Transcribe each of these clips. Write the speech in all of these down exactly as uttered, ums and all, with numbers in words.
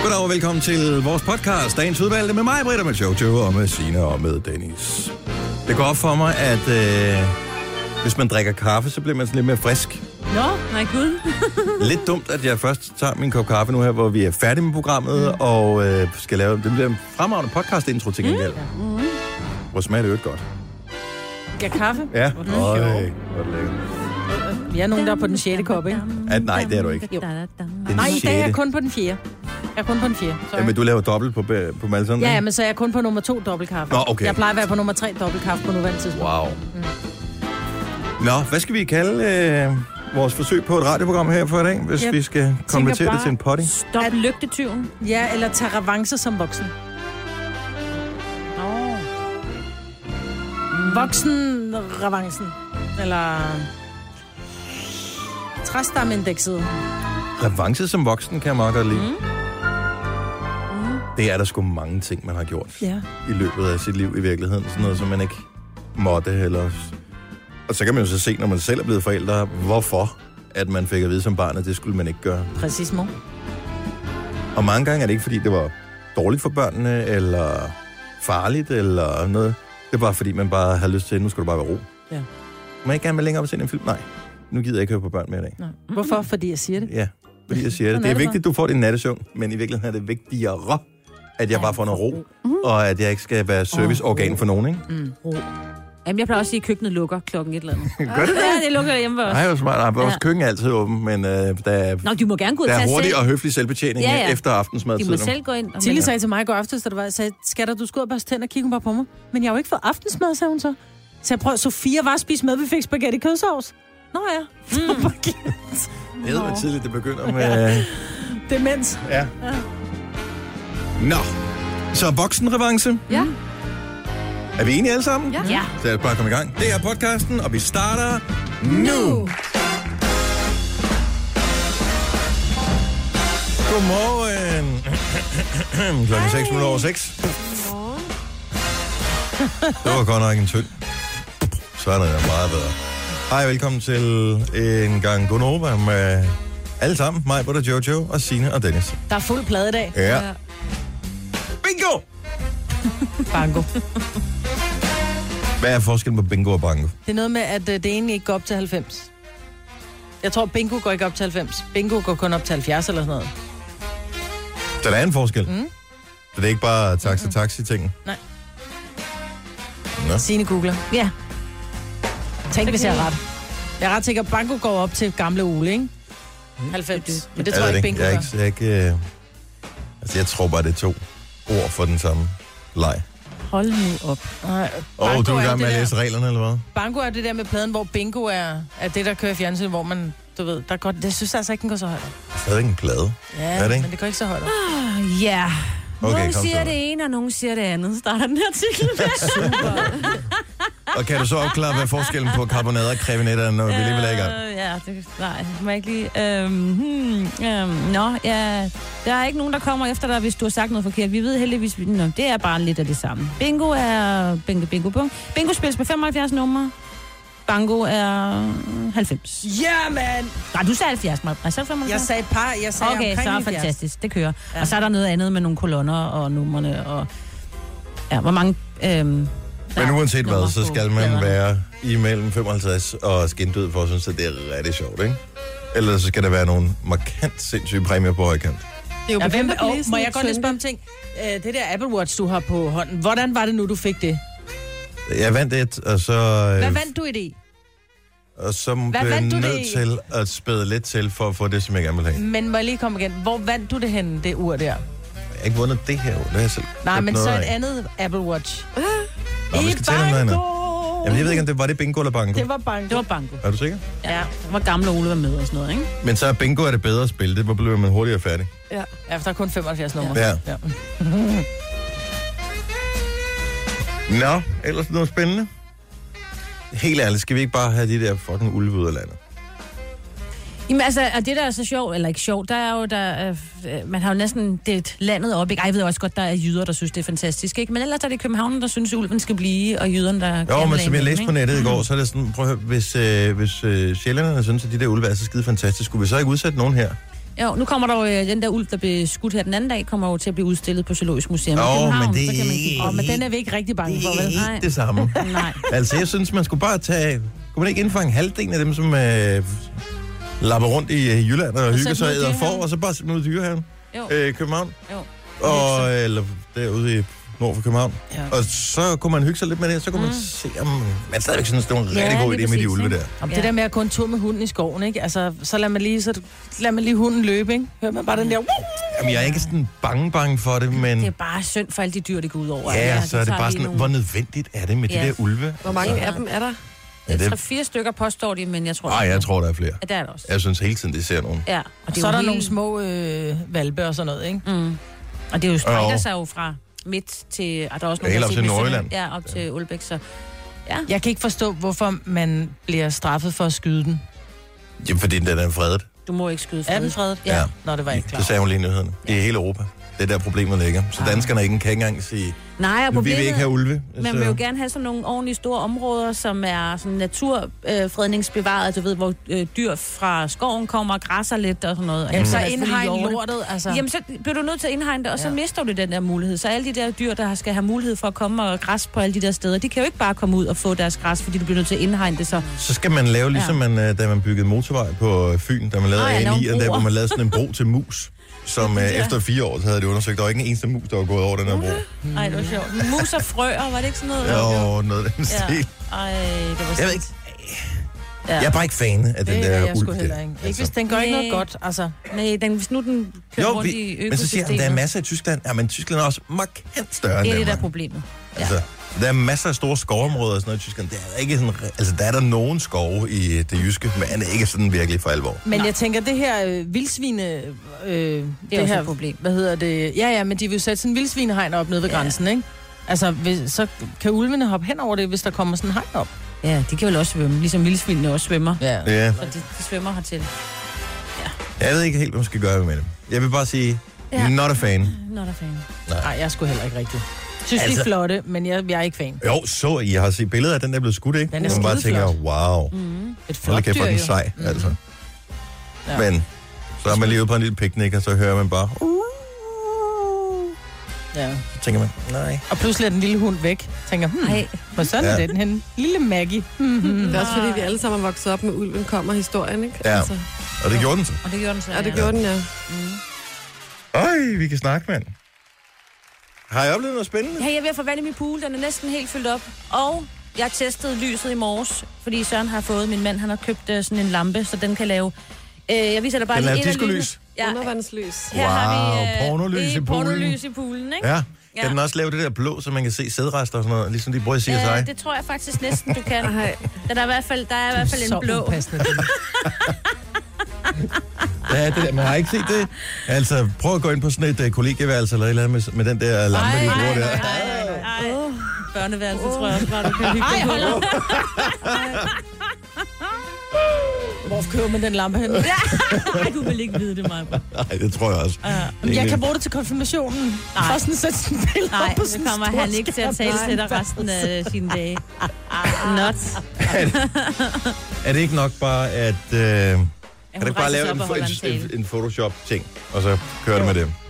Goddag og velkommen til vores podcast, Dagens Udvalgte, med mig, Britta, med Jojo og med Signe og med Dennis. Det går op for mig, at øh, hvis man drikker kaffe, så bliver man sådan lidt mere frisk. Nå, nej gud. Lidt dumt, at jeg først tager min kop kaffe nu her, hvor vi er færdige med programmet, mm. og øh, skal lave det bliver en fremragende podcast-intro til gengæld. Mm. Mm. Hvor smager det jo godt. Ja, kaffe? Ja, øj, hvor er det lækkert. Vi er nogen, der er på den sjette kop, ikke? At, nej, det er du ikke. Jo. Nej, i dag er jeg kun på den fjerde. Jeg er kun på den fjerde. Ja, men du laver dobbelt på, på Malsen? Ja, ja, men så er jeg kun på nummer to dobbeltkaffe. Nå, okay. Jeg plejer at være på nummer tre dobbeltkaffe på nuværende tidspunkt. Wow. Mm. Nå, hvad skal vi kalde øh, vores forsøg på et radioprogram her for i dag, hvis jeg vi skal konvertere det til en potty? Stop at... lygtetyven. Ja, eller tage revanche som voksen. Oh. Voksen revanchen. Eller træstamindekset. Revanche som voksen kan jeg meget godt lide. Mm. Mm. Det er der sgu mange ting, man har gjort ja. i løbet af sit liv i virkeligheden. Sådan noget, som man ikke måtte. Eller... Og så kan man jo så se, når man selv er blevet forældre, hvorfor at man fik at vide som barn, at det skulle man ikke gøre. Præcis, mor. Og mange gange er det ikke, fordi det var dårligt for børnene, eller farligt, eller noget. Det er bare, fordi man bare havde lyst til, at nu skal du bare være ro. Ja. Må jeg ikke gerne være længere op og se en film? Nej. Nu gider jeg ikke høre på børn mere i dag. Nej. Hvorfor? Fordi jeg siger det? Ja, fordi jeg siger det. Det er vigtigt, at du får din nattesøvn, men i virkeligheden er det vigtigere, at jeg bare får noget ro, og at jeg ikke skal være serviceorgan for nogen, ikke? Mm. Ro. Jamen, jeg plejer også at sige, at køkkenet lukker klokken et eller andet. Gør det det? Ja, det lukker hjemme også. Nej, det er smart. Vores ja. køkken er altid åben, men øh, der er, Nå, du må gerne gå ud der og er tage hurtig selv. og høflig selvbetjening ja, ja. efter aftensmadtiden. De må selv gå ind. Tilly sagde til mig i går aftes, da det var, jeg sagde, skatter, du skal ud og børste tænder og kigge bare på mig. Men jeg har jo ikke fået aftensmad, sagde hun så. Så jeg prøvede, Sofia var at spise med, vi fik spaghetti kødsovs. Nå ja. Mm. Det hedder hvad tidligt, det begynder med... Ja. Demens. Ja. ja. Nå, så voksenrevanche. Ja. Er vi enige alle sammen? Ja. ja. Så lad os bare komme i gang. Det er podcasten, og vi starter nu. Godmorgen. Klokken seks minutter over seks. Det var godt nok en tynd. Så er det meget bedre. Hej, velkommen til en gang Gonova med alle sammen. Mig, Britta, Jojo og Signe og Dennis. Der er fuld plade i dag. Ja. Bingo! Bango. Hvad er forskellen på bingo og bango? Det er noget med, at det ene ikke går op til halvfems. Jeg tror, bingo går ikke op til halvfems. Bingo går kun op til halvfjerds eller sådan noget. Så der er en forskel? Mm. Så det er ikke bare taxa-taxi-ting? Nej. Nå. Signe googler. Ja. Tænk, hvis jeg er ret. Jeg er ret sikker, at banko går op til gamle Ole, ikke? halvfems. Men det tror jeg ikke, bingo jeg er gør. ikke, jeg, er ikke, øh... altså, jeg tror bare, det er to ord for den samme leg. Hold nu op. Åh, oh, du er i gang med at læse reglerne, eller hvad? Banko er det der med pladen, hvor bingo er, er det, der kører i fjernsyn, hvor man, du ved, der går, det synes jeg altså ikke, den går så højt. Det er ikke en plade. Ja, er det ikke? Men det går ikke så højt. Ah, ja. Okay, nogen kom siger så. det ene, og nogen siger det andet. Starter den her artikel. Super. Og kan du så opklare, hvad forskellen på karbonader og krevinetter, når vi alligevel er i gang? Ja, det, nej, det må jeg ikke lige... Øhm, hmm, øhm, nå, ja, der er ikke nogen, der kommer efter dig, hvis du har sagt noget forkert. Vi ved heldigvis, at det er bare lidt af det samme. Bingo er... Bingo, bingo, bingo. Bingo spilles med femoghalvfjerds numre. Bango er halvfems. Ja, man! Nej, du sagde halvfjerds, mig. Jeg sagde femoghalvfjerds. Jeg sagde et par, jeg sagde okay, omkring så er halvfjerds. fantastisk. Det kører. Ja. Og så er der noget andet med nogle kolonner og numrene og... Ja, hvor mange... Øhm, Men uanset hvad, så skal man pladerne. være imellem femoghalvtreds og skindød for at synes, at det er rigtig sjovt, ikke? Ellers så skal der være nogle markant sindssyge præmier på højkant. Det er jo ja, hvem, oh, må jeg godt lige spørge om ting? Uh, det der Apple Watch, du har på hånden, hvordan var det nu, du fik det? Jeg vandt et, og så... Hvad vandt du i det? Og så Hvad blev jeg vandt du nødt det i? til at spæde lidt til for at få det, som jeg gerne vil have. Men må jeg lige komme igen? Hvor vandt du det henne, det ur der? Jeg har ikke vundet det her ur, det har jeg selv Nej, købt men noget så et af. andet Apple Watch. Nå, vi skal tale om noget andet. Jamen, jeg ved ikke, om det var det bingo eller bango. Det var bango. Det var bango. Er du sikker? Ja, det var gamle Ole var med og sådan noget, ikke? Men så er bingo er det bedre at spille. Det hvor bliver man hurtigere færdig. Ja, ja, for der er kun femoghalvfjerds numre. Ja. ja. Nå, ellers noget spændende. Helt ærligt, skal vi ikke bare have de der fucking ulve ud af landet? Jamen altså, og det der er så sjovt, eller ikke sjovt, der er jo, der, øh, man har jo næsten det landet op, ikke? Ej, jeg ved også godt, der er jyder, der synes, det er fantastisk, ikke? Men ellers er det København, der synes, ulven skal blive, og jyderne, der... Jo, men som jeg læste på nettet i går, så er det sådan, prøv at høre, hvis, øh, hvis øh, sjællænderne synes, at de der ulve er så skide fantastisk, skulle vi så ikke udsætte nogen her? Jo, nu kommer der jo øh, den der ulv, der blev skudt her den anden dag, kommer jo til at blive udstillet på Zoologisk Museum i Åh, København. men det Så kan man er kigge- Åh, men den er vi ikke rigtig bange for, Det er vel? ikke Nej. det samme. Nej. Altså, jeg synes, man skulle bare tage... Kunne man ikke indfange halvdelen af dem, som øh, lapper rundt i øh, Jylland og, og hygger sætte sig dem ud i og dyrehaven? får, og så bare sætte dem ud i dyrehaven Jo. øh, i København? Jo. Og, eller derude i nord for København. Ja. Og så kunne man hygge sig lidt med det, så kunne mm. man se, om man stadigvæk synes, det var en Ja, rigtig god lige idé med de præcis, ulve ikke? der. Om Ja. det der med at gå en tur med hunden i skoven, ikke? Altså, så lader man lige, så lader man lige hunden løbe, ikke? Hører man bare den der... Jamen, jeg er ikke sådan bange bange for det, men Det er bare synd for alle de dyr, det går ud over. ja, så er det tager bare lige sådan, nogle- hvor nødvendigt er det med Ja. de der ulve? Hvor mange af dem er der? Ja, det- Tre-fire stykker påstår de, men jeg tror... Nej, jeg tror, der er flere. Ja, det er der også. Jeg synes hele tiden, de ser nogen. Ja, og det Så er jo der helt- nogle små øh, valpe og sådan noget, ikke? Mm. Og det er jo strækker Jo. sig jo fra midt til... Og der er også Ja, nogle, helt der op siger til midt Nordjylland. Ja, op til Ulbæk, så... Ja. Jeg kan ikke forstå, hvorfor man bliver straffet for at skyde den. Jamen, fordi den er fredet. Du må ikke skyde Er den fredet? Ja. Nå, det var jeg ikke klar Det sagde over. hun lige i nyhederne. I hele Europa. Det er der problemet ligger. Så danskerne ikke kan ikke engang sige, Nej, og vi vil problemet... ikke have ulve. Man vil jo gerne have sådan nogle ordentlige store områder, som er sådan naturfredningsbevaret, du ved, hvor øh, dyr fra skoven kommer og græsser lidt og sådan noget. Og Jamen, det så er selvfølgelig indhegn hjorte. lortet, altså. Jamen, så bliver du nødt til at indhegne det, og så Ja. mister du den der mulighed. Så alle de der dyr, der skal have mulighed for at komme og græs på alle de der steder, de kan jo ikke bare komme ud og få deres græs, fordi du bliver nødt til at indhegne det så. Så skal man lave, ligesom man, øh, da man byggede motorvej på Fyn, da man lavede Nå, ja, A lave ni, der broer. hvor man lavede sådan en bro til mus, som øh, efter fire år, så havde det undersøgt, der var ikke en eneste mus, der var gået over den her bro. Nej, det var sjovt. Mus og frøer, var det ikke sådan noget? Jo, noget af den Ja. stil. Ej, det var Jeg ved sådan. ikke, Ja. jeg er bare ikke fan af den Det er der jeg sgu ulv heller der. ikke. Ikke hvis den gør ikke noget Nej. godt, altså. Nej, den, hvis nu den kører Jo, rundt i vi, økosystemet. men så siger han, der er masser i Tyskland. Ja, men Tyskland er også markant større end Det er det, der er Danmark. problemet. Ja. Altså, der er masser af store skovområder og sådan noget i Tyskland. Der er ikke sådan, altså, der er der nogen skove i det jyske, men ikke sådan virkelig for alvor. Men Nej. jeg tænker, det her øh, vildsvine... Øh, det, også her, et problem. Hvad hedder det? Ja, ja, men de vil jo sætte sådan en vildsvinehegn op nede ved Ja. grænsen, ikke? Altså, hvis, så kan ulvene hoppe hen over det, hvis der kommer sådan en hegn op. Ja, de kan vel også svømme, ligesom vildsvinene også svømmer. Ja. Ja, Så de, de svømmer hertil. jeg ved ikke helt, hvad man skal gøre med det. Jeg vil bare sige, Ja. not a fan. Nå, der er fan. Nej, jeg skulle heller ikke rigtigt. Jeg synes, altså, de Altså- er flotte, men jeg, jeg er ikke fan. Jo, så I har set billeder af den, der er blevet skudt, ikke? Den er Hvor man bare skideflot. tænker, wow, Mm. Et hold flot kæft, dyr, hvor er den jo. sej, Mm. altså. Ja. Men så er man lige ude på en lille picnic, og så hører man bare, Ja. så tænker man, nej. Og pludselig er den lille hund væk. Tænker, hmm, Ej, hvor sådan Ja. er den henne? Lille Maggie. Mm-hmm. Det er også fordi, vi alle sammen er vokset op med ulven kommer historien, ikke? Ja. Og det gjorde den så. og det gjorde den så. Og det gjorde den, ja. Øj, vi kan snakke, mand. Har I oplevet noget spændende? Ja, jeg er ved at få vand i min pool. Den er næsten helt fyldt op. Og jeg testede lyset i morges, fordi Søren har fået, min mand, han har købt uh, sådan en lampe, så den kan lave... Øh, jeg viser dig bare Den lige laver en af diskolys? lysene. Ja, Undervandslys. her har vi Wow, pornolys i poolen. pornolys i poolen, ikke? Ja. Ja. Kan den også lave det der blå, så man kan se sædrester og sådan noget, ligesom de bruger i C S I? Øh, det tror jeg faktisk næsten, du kan. Ej. Der er i hvert fald, der er i hvert fald en Så blå. upassende. Ja, det der. Man har ikke set det. Altså, prøv at gå ind på sådan et uh, kollegieværelse eller et eller andet med, med den der lampe, de Nej, bruger nej, der. nej, nej, nej. Børneværelse, tror jeg også bare, du kan hygge Ej, dig på. hold op. Hvor køber man den lampe hen? Ej, du vil ikke vide det, Maja. Nej, det tror jeg også. Jamen, jeg kan bruge det til konfirmationen. Nej. For sådan at sætte sådan et billede Nej, op på så sådan en kommer stor han ikke til at tale skærm. til dig resten af sine dage. Not. Er det ikke nok bare, at... Øh, kan Hun du ikke bare rejser lave sig en, op og holder en en, tale. en, en Photoshop-ting, og så kører det med det?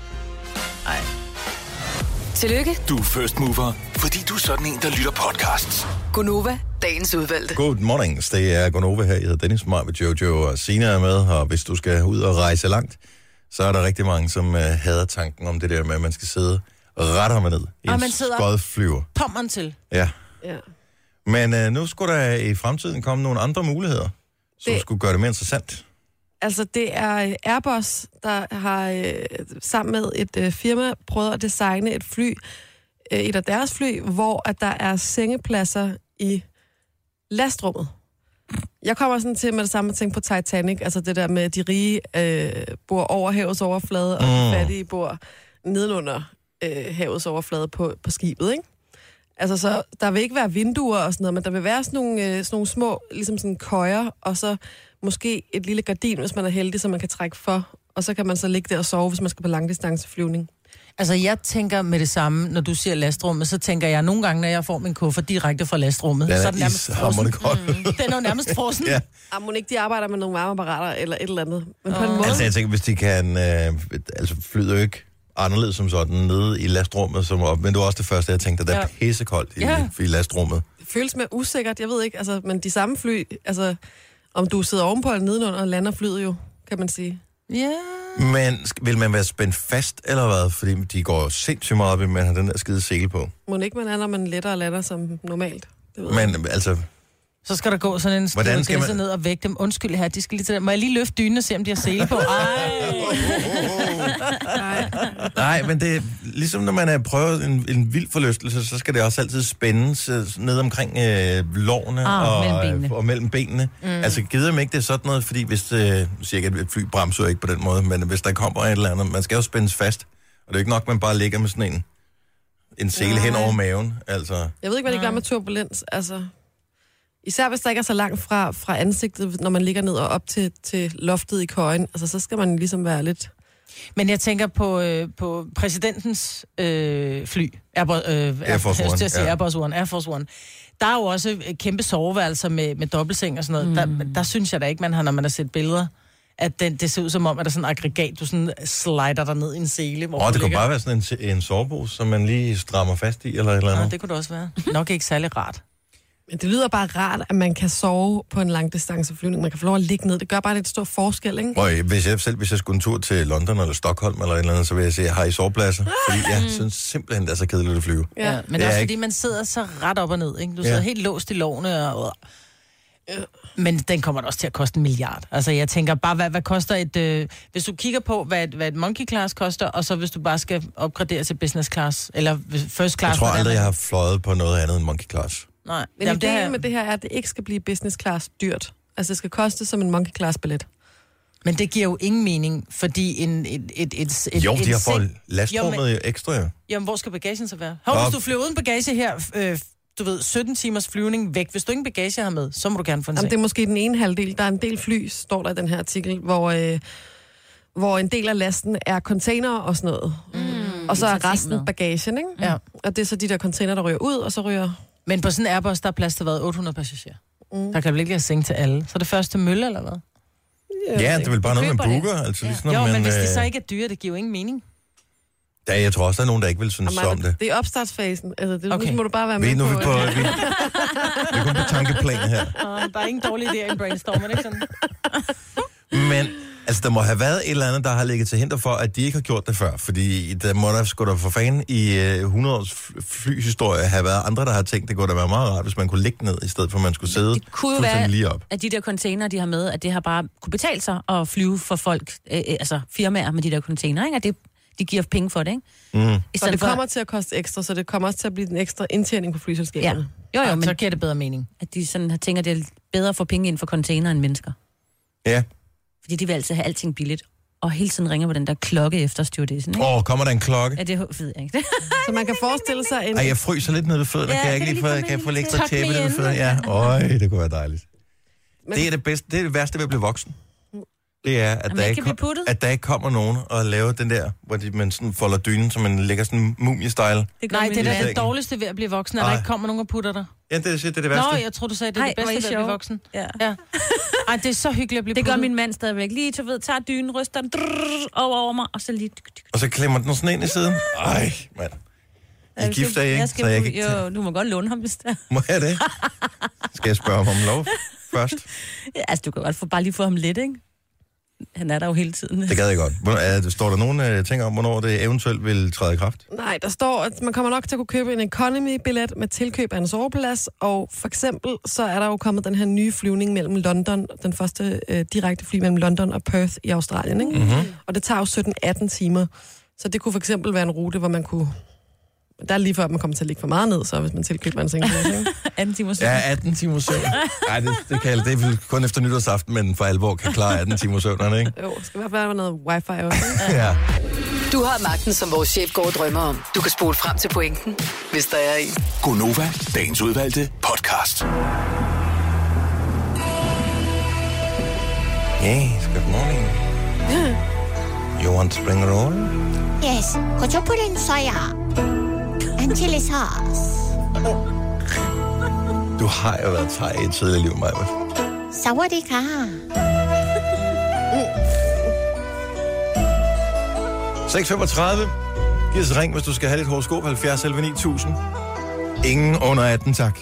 Tillykke, Du er first mover, fordi du er sådan en, der lytter podcasts. Gunova, dagens udvalgte. Good morning. Det er Gunova her. Jeg hedder Dennis Mar med Jojo og Sina er med. Og hvis du skal ud og rejse langt, så er der rigtig mange, som uh, hader tanken om det der med, at man skal sidde ret om ned i Og en man sidder- skodflyver. Pommeren til. Ja. Ja. Men uh, nu skulle der i fremtiden komme nogle andre muligheder, som Det- skulle gøre det mere interessant. Altså, det er Airbus, der har øh, sammen med et øh, firma prøvet at designe et fly, øh, et af deres fly, hvor at der er sengepladser i lastrummet. Jeg kommer sådan til med det samme at tænke på Titanic, altså det der med, at de rige øh, bor over havets overflade, og de fattige bor nedenunder øh, havets overflade på, på skibet, ikke? Altså, så der vil ikke være vinduer og sådan noget, men der vil være sådan nogle, øh, sådan nogle små, ligesom sådan køjer, og så måske et lille gardin, hvis man er heldig, så man kan trække for, og så kan man så ligge der og sove, hvis man skal på langdistanceflyvning. Altså, jeg tænker med det samme, når du siger lastrummet, så tænker jeg nogle gange, når jeg får min kuffert direkte fra lastrummet, Den så er er den nærmest frossen. ishammerende kold. Den er jo nærmest frossen. Ja. Ah, må ikke de arbejder med nogle varmeapparater eller et eller andet. Men på en måde... Altså, jeg tænker, hvis de kan... Øh, altså, flyder jo ikke anderledes som sådan nede i lastrummet, som op, men det var også det første, jeg tænkte, at der er Ja. pissekoldt i, Ja. i lastrummet. Det føles mere usikkert, jeg ved ikke, altså, men de samme fly, altså, om du sidder ovenpå eller nedenunder, lander flyet jo, kan man sige. Ja. Men sk- vil man være spændt fast, eller hvad? Fordi de går jo sindssygt meget op i, at man har den der skide sele på. Må ikke man er, når man letter og lander som normalt? Det ved jeg. Men altså, Så skal der gå sådan en Hvordan skal stewardesse man- ned og vække dem. Undskyld her, de skal lige til det. Må jeg lige løfte dynen og se, om de har sele på? Ej. nej, men det er ligesom, når man har prøvet en, en vild forlystelse, så skal det også altid spændes øh, ned omkring øh, lårene Ah, og, mellem benene. øh, og mellem benene. Mm. Altså, gider man ikke, det er sådan noget, fordi hvis, øh, nu siger jeg ikke, at et fly bremser ikke på den måde, men hvis der kommer et eller andet, man skal jo spændes fast. Og det er ikke nok, man bare ligger med sådan en, en sele Nej. hen over maven. Altså, Jeg ved ikke, hvad det gør med turbulens, altså... Især hvis der ikke er så langt fra, fra ansigtet, når man ligger ned og op til, til loftet i køjen, altså så skal man ligesom være lidt... Men jeg tænker på, øh, på præsidentens øh, fly. Airbus, øh, Air Force jeg One, skulle til at sige ja. Airbus One. Air Force One. Der er jo også øh, kæmpe soveværelser med, med dobbeltseng og sådan noget. Mm. Der, der synes jeg da ikke, man har, når man har set billeder, at den, det ser ud som om, at der er sådan en aggregat, du sådan slider dig ned i en sele. Hvor åh, du det kunne ligger. bare være sådan en, en sovepose, som man lige strammer fast i, eller et eller andet. Ja, det kunne det også være. Nok ikke særlig rart. Men det lyder bare rart, at man kan sove på en langdistanceflyvning. Man kan få lov at ligge ned. Det gør bare lidt stor forskel, ikke? Og hvis jeg selv, hvis jeg skulle en tur til London eller Stockholm eller et eller andet, så vil jeg sige, har I sovepladser? Fordi jeg synes simpelthen, det er så kedeligt at flyve. Ja. Ja, men det Det er er også ikke- fordi, man sidder så ret op og ned. Ikke? Du Ja. sidder helt låst i lårene. Og... Men den kommer da også til at koste en milliard. Altså, jeg tænker bare, hvad, hvad koster et... Øh... Hvis du kigger på, hvad et, hvad et monkey class koster, og så hvis du bare skal opgradere til business class, eller first class... Jeg tror hvordan aldrig, er- jeg har fløjet på noget andet end monkey class. Nej. Men Jamen, ideen det her... med det her er, at det ikke skal blive business class dyrt. Altså, det skal koste som en monkey class billet. Men det giver jo ingen mening, fordi en... Et, et, et, et, Jo, et de har seng- fået lastrummet jo ekstra, jo. Jamen, hvor skal bagagen så være? Hov, Nå. hvis du flyver uden bagage her, øh, du ved, sytten timers flyvning væk. Hvis du ingen bagage har med, så må du gerne få en Jamen, seng. det er måske den ene halvdel. Der er en del fly, står der i den her artikel, hvor, øh, hvor en del af lasten er container og sådan noget. Mm, og så de er tager ting resten med. bagagen, ikke? Ja. Og det er så de der container, der ryger ud, og så ryger... Men på sådan en Airbus, der er plads til hvad? otte hundrede passagerer. Mm. Der kan vel ikke have seng til alle. Så er det første mølle, eller hvad? Ja, det er vel bare noget, man køber det. booker. Altså, Ja. ligesom, Jo, når men hvis øh, det så ikke er dyre, det giver jo ingen mening. Ja, jeg tror også, der er nogen, der ikke vil synes Jamen, om det. det er opstartsfasen. Altså, det, Okay. nu må du bare være Vi, med nu er vi på... ikke? Vi, vi er kun på tankeplan her. Uh, der er ingen dårlige idéer i en brainstorm, ikke sådan? Men altså, der må have været et eller andet, der har ligget til hinder for, at de ikke har gjort det før. Fordi der må der sgu da for fanden i uh, hundrede års fly- flyhistorie have været andre, der har tænkt, det kunne da være meget rart, hvis man kunne ligge ned, i stedet for at man skulle sidde Det kunne jo fuldstændig være, lige op. at de der container, de har med, at det har bare kunne betale sig at flyve for folk, øh, altså firmaer med de der container, ikke? At det, de giver penge for det, ikke? Mm. I Og stedet det for, kommer til at koste ekstra, så det kommer også til at blive en ekstra indtjening på ja. flyselskaberne. Jo, jo, Ja, men så giver det bedre mening. at de sådan har tænkt, at det er bedre at få penge ind for container end mennesker. Ja. Fordi de vil altid have alting billigt. Og hele tiden ringer på den der klokke efter stewardessen, ikke? Åh, oh, kommer der en klokke? Ja, det ved jeg ikke. Så man kan forestille sig en... Ej, jeg fryser lidt ned ved fødderne. Ja, kan jeg kan ikke du lige lige få, komme kan jeg ind? få lidt ekstra Tuck me tæppe ned ved in. fødderne? Ja, øj, det kunne være dejligt. Men- Det er det bedste, det er det værste ved at blive voksen. Det er, at, At der man ikke ikke, kan blive kom, puttet. at der ikke kommer nogen og laver den der, hvor de, man sådan folder dynen, så man lægger sådan en mumie-style. Det Nej, det er lille da det seng. dårligste ved at blive voksen, at der Ej. ikke kommer nogen og putter dig. Ja, det er det, det, er det værste. Nå, jeg tror du sagde, det er Ej, det hvor er I bedste ved at blive sjove. voksen. Ja. Ja. Ej, det er så hyggeligt at blive Det gør puttet. min mand stadigvæk. Lige, du ved, tager dynen, ryster den drrrr, over over mig, og så lige... Og så klemmer den sådan ind i siden. Ej, mand. I er gift, er I ikke? Jeg skal, Så jeg kan ikke tage- jo, du må godt låne ham, hvis det er. Må jeg det? Skal jeg spørge ham om lov først? Ja, altså, du kan godt få, bare lige få ham lidt, ikke? Han er der jo hele tiden. Det gad jeg godt. Hvor- er- Står der nogle ting om, hvornår det eventuelt vil træde i kraft? Nej, der står, at man kommer nok til at kunne købe en economy-billet med tilkøb af en soveplads, og for eksempel så er der jo kommet den her nye flyvning mellem London, den første øh, direkte fly mellem London og Perth i Australien, ikke? Mm-hmm. Og det tager jo sytten atten timer. Så det kunne for eksempel være en rute, hvor man kunne... Der er lige før, at man kommer til at ligge for meget ned, så hvis man tilkøber en sengplads, ikke? atten timer siden. Ja, atten timer søvn. Nej, det, det, kan jeg, det er vel kun efter nytårsaften, men for alvor kan klare atten timer søvn, ikke? Jo, skal i hvert fald være noget wifi også, ikke? Ja. Du har magten, som vores chef går og drømmer om. Du kan spole frem til pointen, hvis der er en. Gonova, dagens udvalgte podcast. Yes, good morning. You want spring roll? Yes, 고초프린 soya. And chili sauce. Du har jo været thai i et tidligere liv, Maja. Sawadee ka. seks femogtredive. Giv os ring, hvis du skal have dit horoskop. halvfjerds elleve ni tusind. Ingen under atten, tak.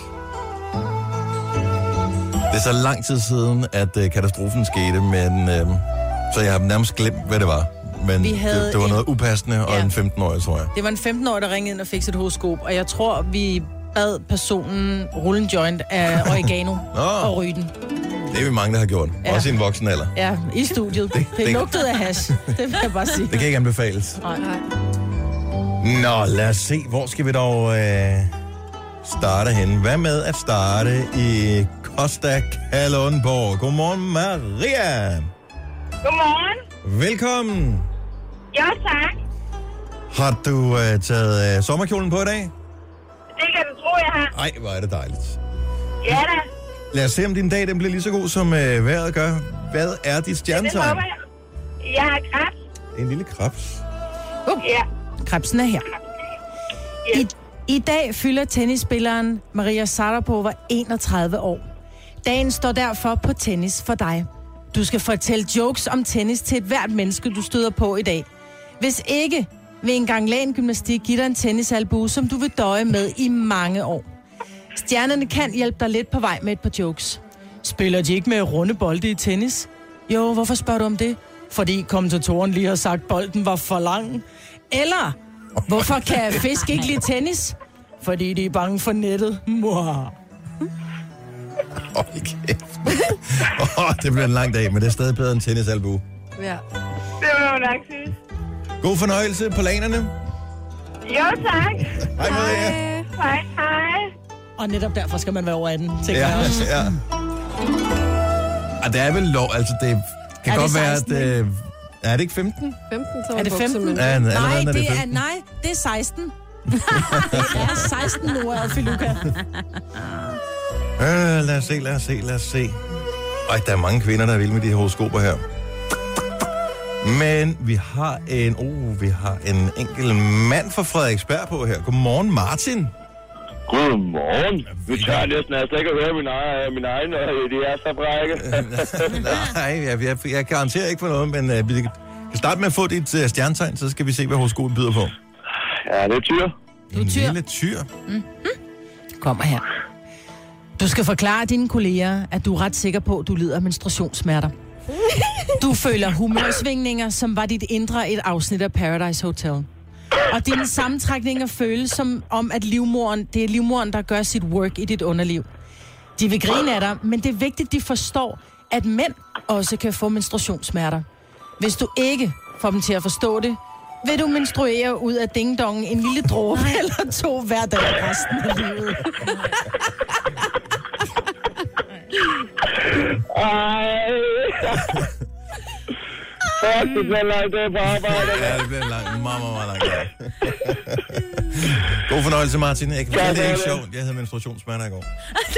Det er så lang tid siden, at uh, katastrofen skete, men uh, så jeg har nærmest glemt, hvad det var. Men det, det var en... noget upassende, og ja. en femten-årig, tror jeg. Det var en femten-årig, der ringede ind og fik sit horoskop, og jeg tror, vi bad personen rulle en joint af oregano og ryge den. Det er vi mange, der har gjort. Ja. Også i en voksen alder. Ja, i studiet. Det, det, det lugtede af hash. Det vil jeg bare sige. Det kan ikke anbefales. Nej. Nå, lad os se. Hvor skal vi dog øh, starte henne? Hvad med at starte i Costa Kalundborg? Godmorgen, Maria. Godmorgen. Velkommen. Jo, tak. Har du øh, taget øh, sommerkjolen på i dag? Det kan du tro, jeg har. Ej, hvor er det dejligt. Ja da. Lad os se, om din dag den bliver lige så god, som øh, vejret gør. Hvad er dit Det stjernetegn? håber jeg. Jeg har krebs. En lille krebs. Uh, Ja. krebsen er her. Ja. I, I dag fylder tennisspilleren Maria Sharapova enogtredive år. Dagen står derfor på tennis for dig. Du skal fortælle jokes om tennis til et hvert menneske, du støder på i dag. Hvis ikke, vil en gang lægen gymnastik give dig en tennisalbue, som du vil døje med i mange år. Stjernerne kan hjælpe dig lidt på vej med et par jokes. Spiller de ikke med runde bolde i tennis? Jo, hvorfor spørger du om det? Fordi kommentatoren lige har sagt, at bolden var for lang. Eller, hvorfor kan fisk ikke lide tennis? Fordi de er bange for nettet. Mwah. Hold kæft. oh, det bliver en lang dag, men det er stadig bedre end tennisalbue. Ja. Det må du nok sige. God fornøjelse på lanerne. Jo, tak. Hej, Maria. Hej, hej. Og netop derfor skal man være over atten, tænker Ja, jeg også. ja. Og det er vel lov, altså det kan Er godt det være, seksten, at... Øh, er det ikke femten? femten, så Er det femten? Ja, allerede Nej, er det det er, femten. nej, det er seksten. det er seksten nu, Filuka. Øh, lad os se, lad os se, lad os se. Ej, der er mange kvinder, der vil med de her horoskoper her. Men vi har en, oh, vi har en enkelt mand fra Frederiksberg på her. Godmorgen, Martin. Godmorgen. Nu tager jeg næsten altså ikke at høre min egen, min egen og de er så frække. Nej, jeg, jeg, jeg garanterer ikke for noget, men uh, vi kan starte med at få dit uh, stjernetegn, så skal vi se, hvad horoskopet byder på. Ja, det er tyr. Du er En tyr. lille tyr. Mm-hmm. Kommer her. Du skal forklare dine kolleger, at du er ret sikker på, at du lider af menstruationssmerter. Du føler humørsvingninger, som var dit indre et afsnit af Paradise Hotel. Og dine sammentrækninger føles som om, at livmoren, det er livmoren, der gør sit work i dit underliv. De vil grine af dig, men det er vigtigt, de forstår, at mænd også kan få menstruationssmerter. Hvis du ikke får dem til at forstå det, vil du menstruere ud af dingdongen en lille dråbe eller to hver dag resten af livet. Ej. Fuck, det bliver en lang dag på arbejde. Ja, det bliver en lang, meget, meget, meget lang dag. God fornøjelse, Martin. Jeg kan fortælle, det er ikke sjovt. Jeg havde menstruationssmerter i går.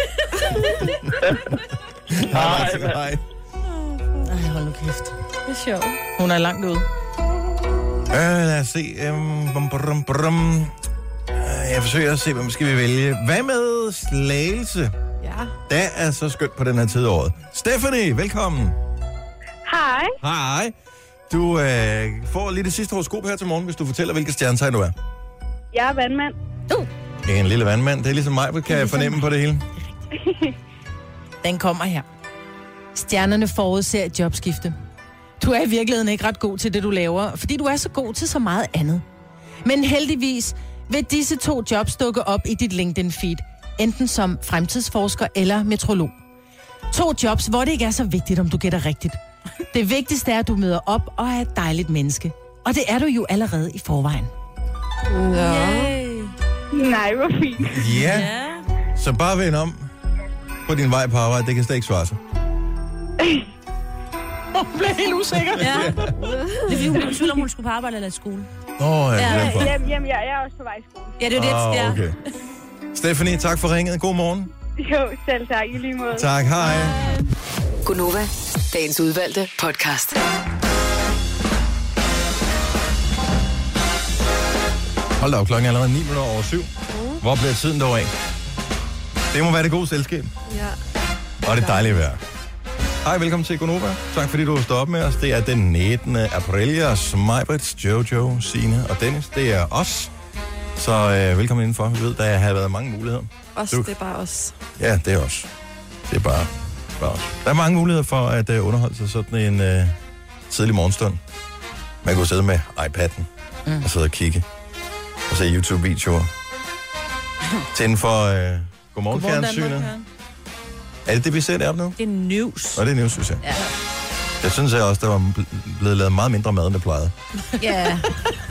Hej, Martin. Hej. Ej, hold nu kæft. Det er sjovt. Hun er langt ude. Øh, lad os se. Um, brum, brum, brum. Uh, jeg forsøger at se, hvad skal vi vælge. Hvad med Slagelse? Ja. Det er så skønt på den her tid af året. Stephanie, velkommen. Hej. Hej. Du øh, får lige det sidste horoskop her til morgen, hvis du fortæller, hvilket stjernetegn du er. Jeg er vandmand. Uh. En lille vandmand. Det er ligesom mig, kan jeg fornemme på det hele. Den kommer her. Stjernerne forudser et jobskifte. Du er i virkeligheden ikke ret god til det, du laver, fordi du er så god til så meget andet. Men heldigvis vil disse to jobs dukke op i dit LinkedIn-feed, enten som fremtidsforsker eller meteorolog. To jobs, hvor det ikke er så vigtigt, om du gætter rigtigt. Det vigtigste er, at du møder op og er et dejligt menneske. Og det er du jo allerede i forvejen. Ja. Nej, hvor fint. Ja, så bare vend om på din vej på arbejde. Det kan slet ikke svare sig. Hun blev helt usikker. Ja. Det er fordi, hun blev i tvivl, om hun skulle på arbejde eller i skole. Åh, oh, ja, Ja. det er Jamen, jamen, jeg er også på vej i skole. Ja, det er jo det, oh, ja. okay. Stephanie, tak for ringet. God morgen. Jo, selv tak i lige måde. Tak, hej. Gunova, dagens udvalgte podcast. Hold da op, klokken er allerede ni minutter over syv. Hvor bliver tiden dog af? Det må være det gode selskab. Ja. Og det dejlige vejr. Hej, velkommen til Gonova. Tak fordi du stod op med os. Det er den nittende april. Majbrits, Jojo, Signe og Dennis. Det er os. Så øh, velkommen indenfor. Vi ved, der har været mange muligheder. Os, du... det er bare os. Ja, det er os. Det er bare, bare os. Der er mange muligheder for at øh, underholde sig sådan en øh, tidlig morgenstund. Man kan sidde med iPad'en mm. og sidde og kigge og se YouTube-videoer. Tænde for øh, Godmorgen-fjernsynet. Er det det, vi ser deroppe nu? Det er news. Og det er news, synes jeg. Ja. Jeg synes jeg også, der var blevet lavet meget mindre mad, end det plejede. Ja.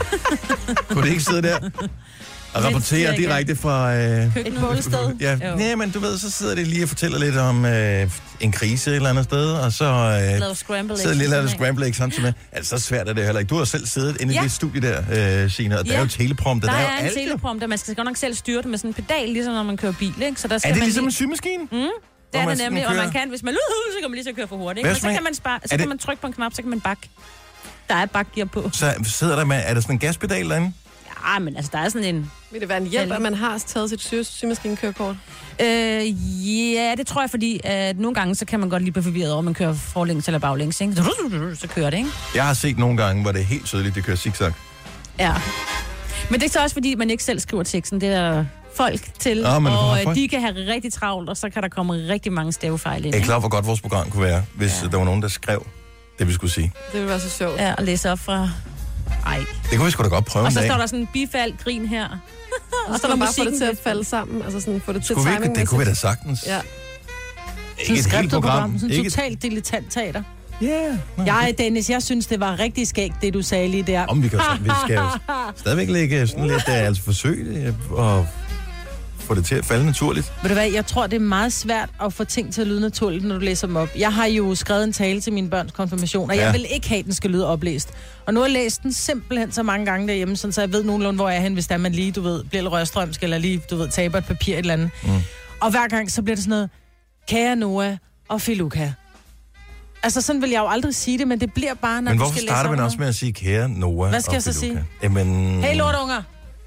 Kunne det ikke sidde der og rapportere direkte fra... Øh, et bålsted. Ja, nej, men du ved, så sidder det lige og fortæller lidt om øh, en krise et eller andet sted, og så øh, sidder lige og laver scramble eggs samtidig med. Altså, så svært er det heller ikke. Du har selv siddet inde ja. i det studie der, øh, Signe, og ja. der er jo teleprompter. Der, der er, er en alt, teleprompter. Man skal godt nok selv styre det med sådan en pedal, ligesom når man kører bil, ikke? Så der skal er det man ligesom lige... en symaskine? Mm. Det er det nemlig, og man kan, hvis man så kan man lige så køre for hurtigt, ikke? Men så kan man spare, så kan man trykke på en knap, så kan man bakke. Der er bakgear på. Så sidder der med, er der sådan en gaspedal derinde? Ja, men altså, der er sådan en... Vil det være en hjælp, at man har taget sit symaskinekørekort? Øh, ja, det tror jeg, fordi at nogle gange, så kan man godt lige blive forvirret over, at man kører forlængs eller baglæns, ikke? Så, så kører det, ikke? Jeg har set nogle gange, hvor det er helt tydeligt, det kører zigzag. Ja. Men det er så også, fordi man ikke selv skriver teksten. Det er folk til, ja, og folk. De kan have rigtig travlt, og så kan der komme rigtig mange stavefejl ind. Jeg er klar, hvor godt vores program kunne være, hvis ja. der var nogen, der skrev det, vi skulle sige. Det ville være så sjovt. Ja, og læse op fra... Ej. Det kunne vi sgu da godt prøve. Og så står der sådan en bifald grin her. og så, så der bare få det til at falde sammen. Altså sådan, få det til timing. Ikke, det kunne vi da sagtens. Ja. Ikke et helt program. Sådan et totalt dilettantteater. Ja. Yeah. Jeg, Dennis, jeg synes, det var rigtig skægt, det du sagde lige der. Om vi kan vi skal jo stadigvæk lægge sådan lidt, uh, altså forsøge at få det til at falde naturligt. Ved du hvad, jeg tror, det er meget svært at få ting til at lyde naturligt, når du læser dem op. Jeg har jo skrevet en tale til mine børns konfirmation, og ja. jeg vil ikke have, at den skal lyde oplæst. Og nu har jeg læst den simpelthen så mange gange derhjemme, sådan, så jeg ved nogenlunde, hvor jeg er hen, hvis der man lige, du ved, bliver lidt rørstrømsk, eller lige, du ved, taber et papir et eller andet. Mm. Og hver gang, så bliver det sådan noget, kære Noah og Filuka. Altså, sådan vil jeg jo aldrig sige det, men det bliver bare, når men du hvorfor skal læse starter man også med at sige kære Noah? Hvad skal jeg så sige? Jamen... Hey, lortunger!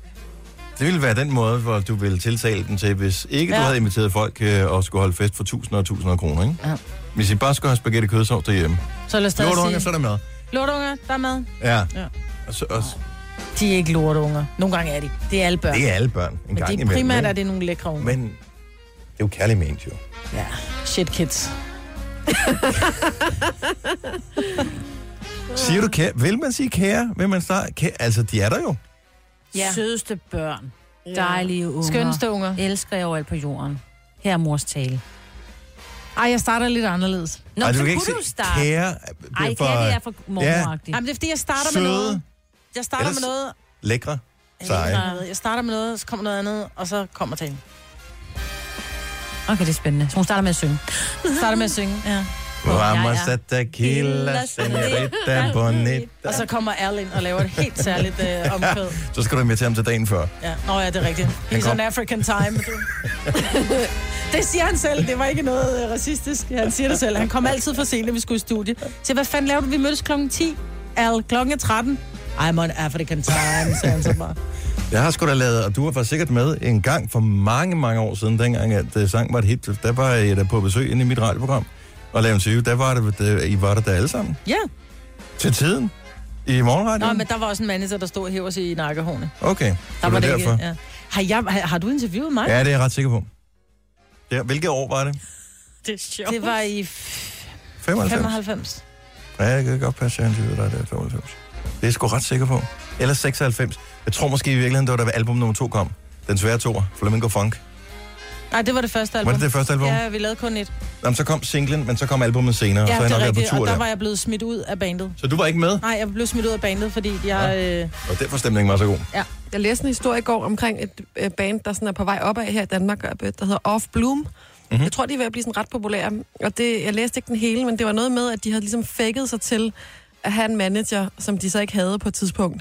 Det ville være den måde, hvor du ville tiltale den til, hvis ikke ja. du havde inviteret folk øh, og skulle holde fest for tusinder og tusinder af kroner, ikke? Ja. Hvis I bare skulle have spaghetti kødsovs derhjemme. Så lad os stadig lortunger, sige... så er der mad. Lortunger, der er mad. Ja. ja. Og så, og... De er ikke lortunger. Nogle gange er de. Det er alle børn. Det er alle børn. En men gang de imellem. Primært er det nogle lækre unger. Men det er jo kærlig ment, jo. Ja. Shit kids. Siger du kære? Vil man sige kære? Vil man starte? Kære? Altså, de er der jo. Ja. Sødeste børn. Dejlige unger. Skønste unger. Elsker jeg overalt på jorden. Her er mors tale. Ej, jeg starter lidt anderledes. Nå, Ej, så du kunne ikke du starte. Kære, Ej, for... kære, det er for mormoragtigt. Ja. Jamen, det er fordi, jeg starter søde. med noget. Jeg starter Ellers med noget. Lækre. Seje. Jeg starter med noget, så kommer noget andet, og så kommer talen. Okay, det er spændende. Så hun starter med at synge. Starter med at synge, ja. Vamos a tequila, señorita bonita. Og så kommer Erlin og laver et helt særligt øh, omkvæd. Så skal du invitere ham til dagen før. Ja. Nå ja, det er rigtigt. He's on African time. Det siger han selv. Det var ikke noget øh, racistisk. Han siger det selv. Han kom altid for sent, når vi skulle i studie. Så hvad fanden laver du? Vi mødtes klokken ti. Al, klokken er tretten. I'm on African time, sagde han så bare. Jeg har sgu da lavet, og du var faktisk sikkert med en gang for mange, mange år siden, dengang at uh, sang var et hit. Der var jeg da på besøg inde i mit radioprogram og lavede en tyve. Der var det, der, I var der der alle sammen. Ja. Til tiden. I morgenradioen. Nå, men der var også en manager, der stod og hæver sig i nakkehårene. Okay, der var det det derfor. Ikke, ja. Har, jeg, har, har du interviewet mig? Ja, det er jeg ret sikker på. Ja, hvilket år var det? Det er sjovt. Det var i femoghalvfems. femoghalvfems. Ja, jeg kan godt passe, at jeg interviewede dig der femoghalvfems. Det er jeg sgu ret sikker på. Eller seksoghalvfems. Jeg tror måske i virkeligheden, det var da album nummer to kom. Den svære toer, Flamingo Funk. Nej, det var det første album. Var det det første album? Ja, vi lavede kun et. Jamen, så kom singlen, men så kom albumet senere. Ja, og så det er rigtigt, rigtigt, og der der var jeg blevet smidt ud af bandet. Så du var ikke med? Nej, jeg blev smidt ud af bandet, fordi jeg... Ja. Øh... Og derfor stemningen var så god. Ja. Jeg læste en historie i går omkring et band, der sådan er på vej opad her i Danmark, der hedder Off Bloom. Mm-hmm. Jeg tror, de er ved at blive sådan ret populære. Og det, jeg læste ikke den hele, men det var noget med, at de havde ligesom faked sig til at have en manager, som de så ikke havde på et tidspunkt.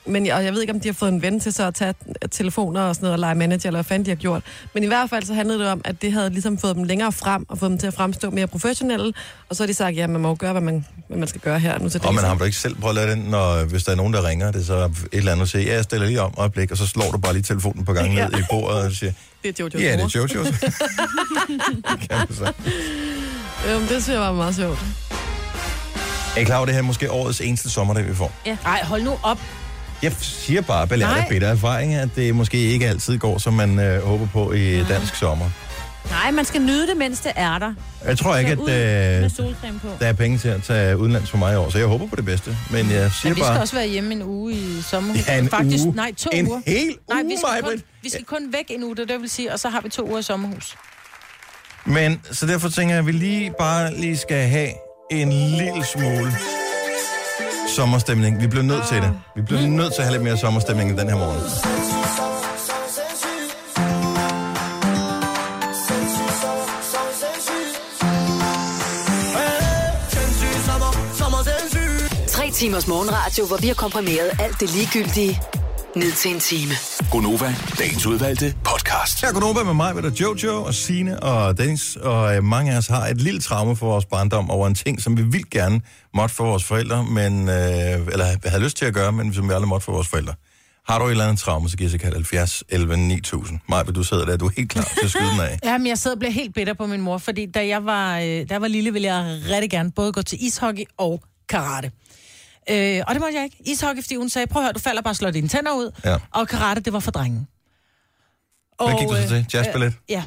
men jeg, jeg ved ikke, om de har fået en ven til så at tage telefoner og sådan noget, og lege manager, eller hvad fanden de har gjort. Men i hvert fald så handlede det om, at det havde ligesom fået dem længere frem, og fået dem til at fremstå mere professionelle. Og så har de sagt, ja, man må jo gøre, hvad man, hvad man skal gøre her nu til det. Og man har du ikke selv prøvet at lade den, når, hvis der er nogen, der ringer, det er så et eller andet at sige, ja, jeg stiller lige om øjeblik, og så slår du bare lige telefonen på gang ja. ned i bordet og siger, det er Jojo's ja, det er Jojo's. Kan du så? Jamen, det synes jeg var meget sjovt. Er I klar over, det her er måske årets eneste sommerdag, vi får? Ja. Ej, hold nu op. Jeg siger bare, belært af bitter erfaring, at det måske ikke altid går, som man øh, håber på i Nej. dansk sommer. Nej, man skal nyde det, mens det er der. Jeg tror ikke, at øh, der er penge til at tage udenlands for mig i år, så jeg håber på det bedste. Men jeg siger Men vi skal bare... også være hjemme en uge i sommerhus. Ja, en Faktisk, uge. Nej, to en uger. En hel Nej, uge, vi skal, kun, Maj-Brit. vi skal kun væk en uge, det, det vil sige, og så har vi to uger i sommerhus. Men, så derfor tænker jeg, at vi lige bare lige skal have en lille smule sommerstemning. Vi bliver nødt til det. Vi bliver mm. nødt til at have lidt mere sommerstemning i den her morgen. Tre timers morgenradio, hvor vi har komprimeret alt det ligegyldige ned til en time. Gonova, dagens udvalgte podcast. Her er Gonova med mig, med der Jojo og Signe og Dennis. Og øh, mange af os har et lille traume for vores barndom over en ting, som vi vildt gerne måtte for vores forældre, men, øh, eller havde lyst til at gøre, men som vi aldrig måtte for vores forældre. Har du et eller andet traume, så giver sig kaldt halvfjerds elleve ni tusind. Maja, du sidder der, du er helt klar til at skyde den af. Jamen, jeg sidder og bliver helt bitter på min mor, fordi da jeg var, øh, da jeg var lille, ville jeg rigtig gerne både gå til ishockey og karate. Øh, og det måtte jeg ikke. Ishockey, fordi hun sagde, prøv at høre, du falder bare og slår dine tænder ud. Ja. Og karate, det var for drengen. Hvad gik du så til? Jazzballet? Øh, ja.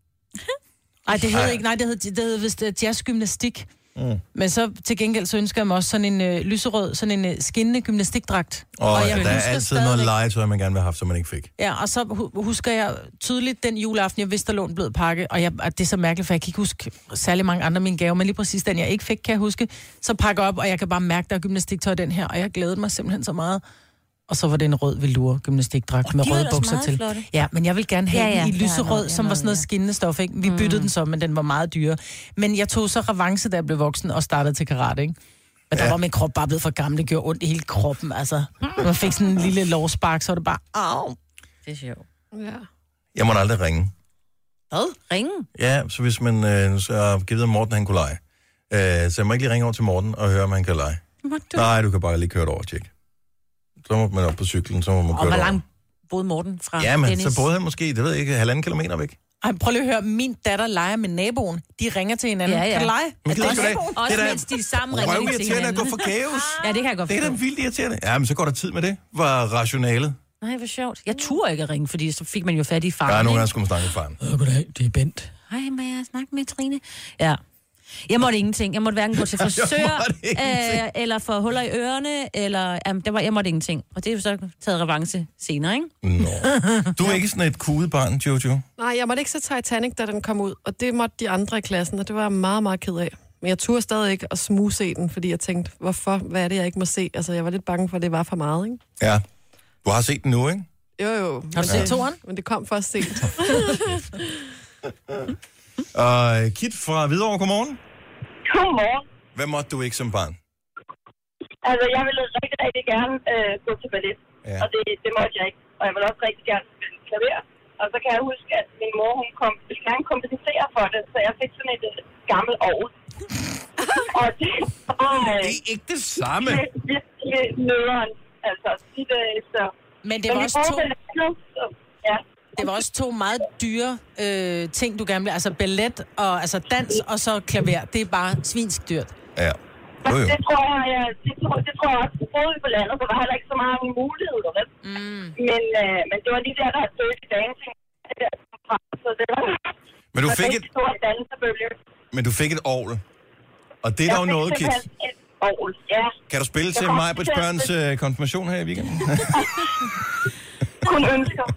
Nej, det hed ikke. Nej, det hed, det hed vist uh, jazzgymnastik. Mm. Men så til gengæld, så ønsker jeg mig også sådan en øh, lyserød, sådan en øh, skinnende gymnastikdragt. Oh, og jeg ja, der er altid stadigvæk noget legetøj, man gerne vil have haft, som man ikke fik. Ja, og så hu- husker jeg tydeligt den juleaften, jeg vidste, der lå en blød pakke, og, jeg, og det er så mærkeligt, for jeg kan ikke huske særlig mange andre mine gaver, men lige præcis den, jeg ikke fik, kan jeg huske, så pakker op, og jeg kan bare mærke, der er gymnastiktøj den her, og jeg glædede mig simpelthen så meget. Og så var det en rød velour gymnastikdragt med røde bukser til. Flotte. Ja, men jeg vil gerne have ja, ja, den i lyserød, ja, som var sådan noget skinnende stof, ikke? Vi byttede mm. den så, men den var meget dyre. Men jeg tog så revanche, da jeg blev voksen, og startede til karate, ikke? Men ja. Der var min krop bare blevet for gammel, det gjorde ondt i hele kroppen, altså. Når man fik sådan en lille lårspark, så var det bare, au. Det er sjovt. Ja. Jeg må aldrig ringe. Hvad? Ringe? Ja, så hvis man øh, så givet at Morten, han kunne lege. Øh, så jeg må ikke lige ringe over til Morten og høre, om han kan lege. Du? Nej, du kan bare lige køre det over, tjek. Så må man op på cyklen, så må man køre og hvor langt boede Morten fra Ja, men Dennis? så boede han måske, det ved jeg ikke, halvanden kilometer væk. Ej, prøv lige at høre, min datter leger med naboen. De ringer til hinanden. Ja, ja. Kan du lege? Men er det det også, også mens de sammen ringer til hinanden. at gå forgæves. Ja, det kan jeg godt forstå. Det er da vildt irriterende. Ja, men så går der tid med det. Var rationalet. Nej, hvor sjovt. Jeg turde ikke at ringe, fordi så fik man jo fat i faren. Der er nogen, der skulle snakke med faren. Øh, goddag, det er Bent. Hej, må jeg snakke med Trine? Ja. Jeg måtte ingenting. Jeg måtte hverken gå til frisør, øh, eller få huller i ørerne, eller um, der var, jeg måtte ingenting. Og det er jo så taget revanche senere, ikke? Nå. Du er ikke sådan et kudebarn, Jojo? Nej, jeg måtte ikke se Titanic, da den kom ud, og det måtte de andre i klassen, og det var jeg meget, meget ked af. Men jeg turde stadig ikke at smugse den, fordi jeg tænkte, hvorfor, hvad er det, jeg ikke må se? Altså, jeg var lidt bange for, at det var for meget, ikke? Ja. Du har set den nu, ikke? Jo, jo. Har du set toren? Men det kom først sent. Og Kit fra Hvidovre, godmorgen. Godmorgen. Hvad måtte du ikke som barn? Altså, jeg ville rigtig, rigtig gerne øh, gå til ballet, ja. Og det, det måtte jeg ikke. Og jeg ville også rigtig gerne spille klaver. Og så kan jeg huske, at min mor, hun kom, ville gerne kompensere for det, så jeg fik sådan et uh, gammelt ovl. Og det var... Øh, det er ikke det samme. Det er virkelig nederen. Altså, det, så... Men det var Men også to... Ballet, så, ja. Det var også to meget dyre øh, ting, du gerne vil. Altså ballet og altså dans og så klaver. Det er bare svinsk dyrt. Ja. Jo, jo. Det tror jeg, jeg det, tror, det tror jeg også, boede vi på landet, så var heller ikke så mange muligheder, vel? Mm. Men, øh, men det var lige der, der havde dødt i dagen, så det var... Men du fik et... Dansebølge. Men du fik et orgel. Og det er der jo noget, Kit. Et orgel, ja. Kan du spille til Maj-Brits børns øh, konfirmation her i weekenden? Kun ønsker.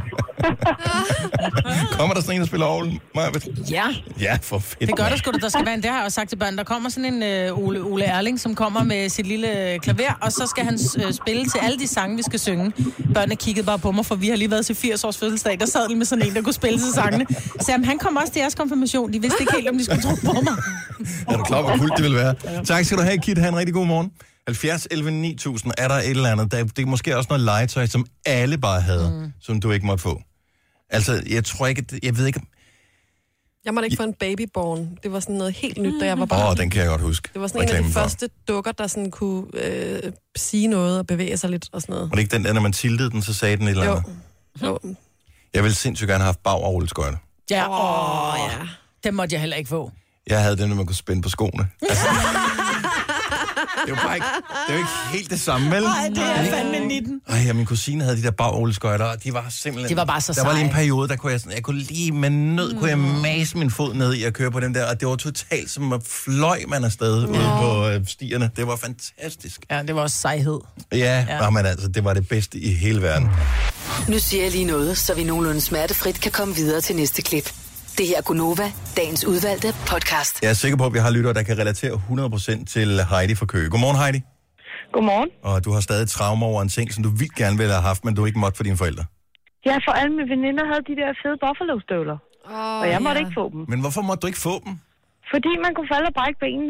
Kommer der sådan en, der spiller orgel, Maj-Brit? Ja. Ja, for fedt. Det gør der sgu da, der skal være en. Det har jeg også sagt til børn. Der kommer sådan en uh, Ole, Ole Erling, som kommer med sit lille klaver, og så skal han uh, spille til alle de sange, vi skal synge. Børnene kiggede bare på mig, for vi har lige været til firs års fødselsdag. Der sad de med sådan en, der kunne spille til sangene. Så jamen, han kom også til jeres konfirmation. De vidste ikke helt, om de skulle tro på mig. Er du klar, hvor fuldt det vil være? Tak skal du have, Kit. Ha' en rigtig god morgen. halvfjerds elleve ni tusind, er der et eller andet. Der, det er måske også noget legetøj, som alle bare havde, mm. som du ikke måtte få. Altså, jeg tror ikke, jeg ved ikke... Jeg måtte ikke få en babyborn. Det var sådan noget helt nyt, da jeg var barn. Åh, oh, den kan jeg godt huske. Det var sådan en af de for. første dukker, der sådan kunne øh, sige noget og bevæge sig lidt og sådan noget. Var det ikke den der, når man tiltede den, så sagde den et eller andet? Jo. jo. Jeg ville sindssygt gerne have haft bag- og rulleskøjter. Ja, åh, oh, ja. Den måtte jeg heller ikke få. Jeg havde den, når man kunne spænde på skoene. Altså, det var bare ikke, det var ikke helt det samme, vel? Nej, det er fandme nitten. Ej, ja, min kusine havde de der bag-og-rulleskøjter, og de var simpelthen... De var bare så Der var lige en seje. periode, der kunne jeg sådan... Jeg kunne lige med nød, mm. kunne jeg mase min fod ned i at køre på den der, og det var totalt som at fløj man afsted mm. ude på øh, stierne. Det var fantastisk. Ja, det var også sejhed. Ja, ja. Men altså, det var det bedste i hele verden. Nu siger jeg lige noget, så vi nogenlunde smertefrit kan komme videre til næste klip. Det her er Gunova, dagens udvalgte podcast. Jeg er sikker på, at vi har lyttere, der kan relatere hundrede procent til Heidi fra Køge. Godmorgen, Heidi. Godmorgen. Og du har stadig traume over en ting, som du vildt gerne ville have haft, men du ikke måtte for dine forældre. Ja, for alle mine veninder havde de der fede Buffalo-støvler. Oh, og jeg måtte ja. ikke få dem. Men hvorfor måtte du ikke få dem? Fordi man kunne falde og brække benene.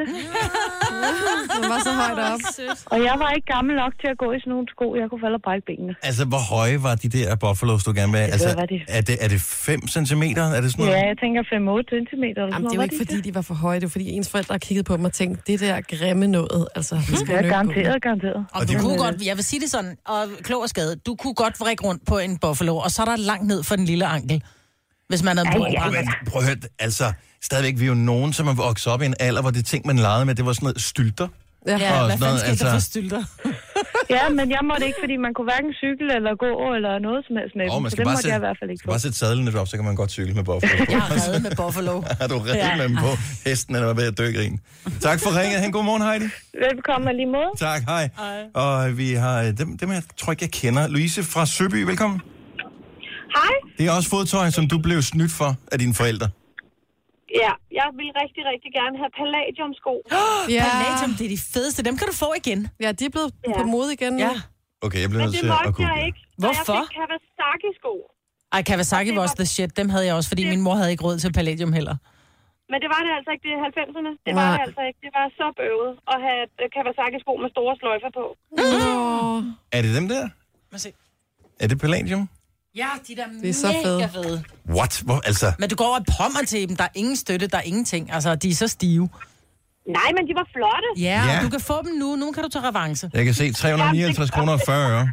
Den var så højt op. Og jeg var ikke gammel nok til at gå i sådan nogle sko, jeg kunne falde og brække benene. Altså, hvor høje var de der Buffalos, du gerne vil have? Altså, var de. er det, er det fem centimeter? Er det sådan noget? Ja, jeg tænker fem otte centimeter. Eller Jamen, det er jo ikke, fordi de var for høje. Det er fordi, ens forældre har kigget på dem og tænkt, det der grimme noget. Altså, vi skal ja, garanteret, garanteret. Og, og du kunne godt, jeg vil sige det sådan, og klog og skade, du kunne godt vrikke rundt på en Buffalo, og så er der langt ned for den lille ankel. Hvis man havde brug for det. Prøv at høre, altså, stadigvæk, vi er jo nogen, som er vokset op i en alder, hvor det ting, man legede med, det var sådan noget stylter. Ja, ja hvad fanden skete altså... der for stylter? Ja, men jeg måtte ikke, fordi man kunne hverken cykle eller gå eller noget som helst med oh, dem. man Så det måtte sætte, jeg i hvert fald ikke få. Man skal bare sætte sadlen op, så kan man godt cykle med Buffalo. Jeg har reddet med Buffalo. Har du reddet ja. med dem på hesten, eller ved at dø grin. Tak for ringet. Han, god morgen, Heidi. Velkommen lige måde. Tak, hej. hej. Og vi har dem, dem, jeg tror ikke, jeg kender. Louise fra Søby, velkommen. Hej. Det er også fodtøj, som du blev snydt for af dine forældre. Ja, jeg vil rigtig, rigtig gerne have palladiumsko. Ja. Palladium, det er de fedeste. Dem kan du få igen. Ja, de er blevet ja. på mode igen. Ja. Okay, jeg bliver nødt til at kunne. Men det måtte jeg ikke. Hvorfor? Jeg fik Kawasaki-sko. Ej, Kawasaki var også the shit. Dem havde jeg også, fordi det... min mor havde ikke råd til palladium heller. Men det var det altså ikke, det er halvfemserne. Det var det altså ikke. Det var så bøvet at have Kawasaki-sko med store sløjfer på. Mm. Er det dem der? Må se. Er det palladium? Ja, de der det er så fede. fede. What? Hvor, altså? Men du går og pommer til dem. Der er ingen støtte, der er ingenting. Altså, de er så stive. Nej, men de var flotte. Ja, ja. Du kan få dem nu. Nu kan du tage revanche. Jeg kan se tre hundrede og nioghalvtreds kroner og fyrre øre.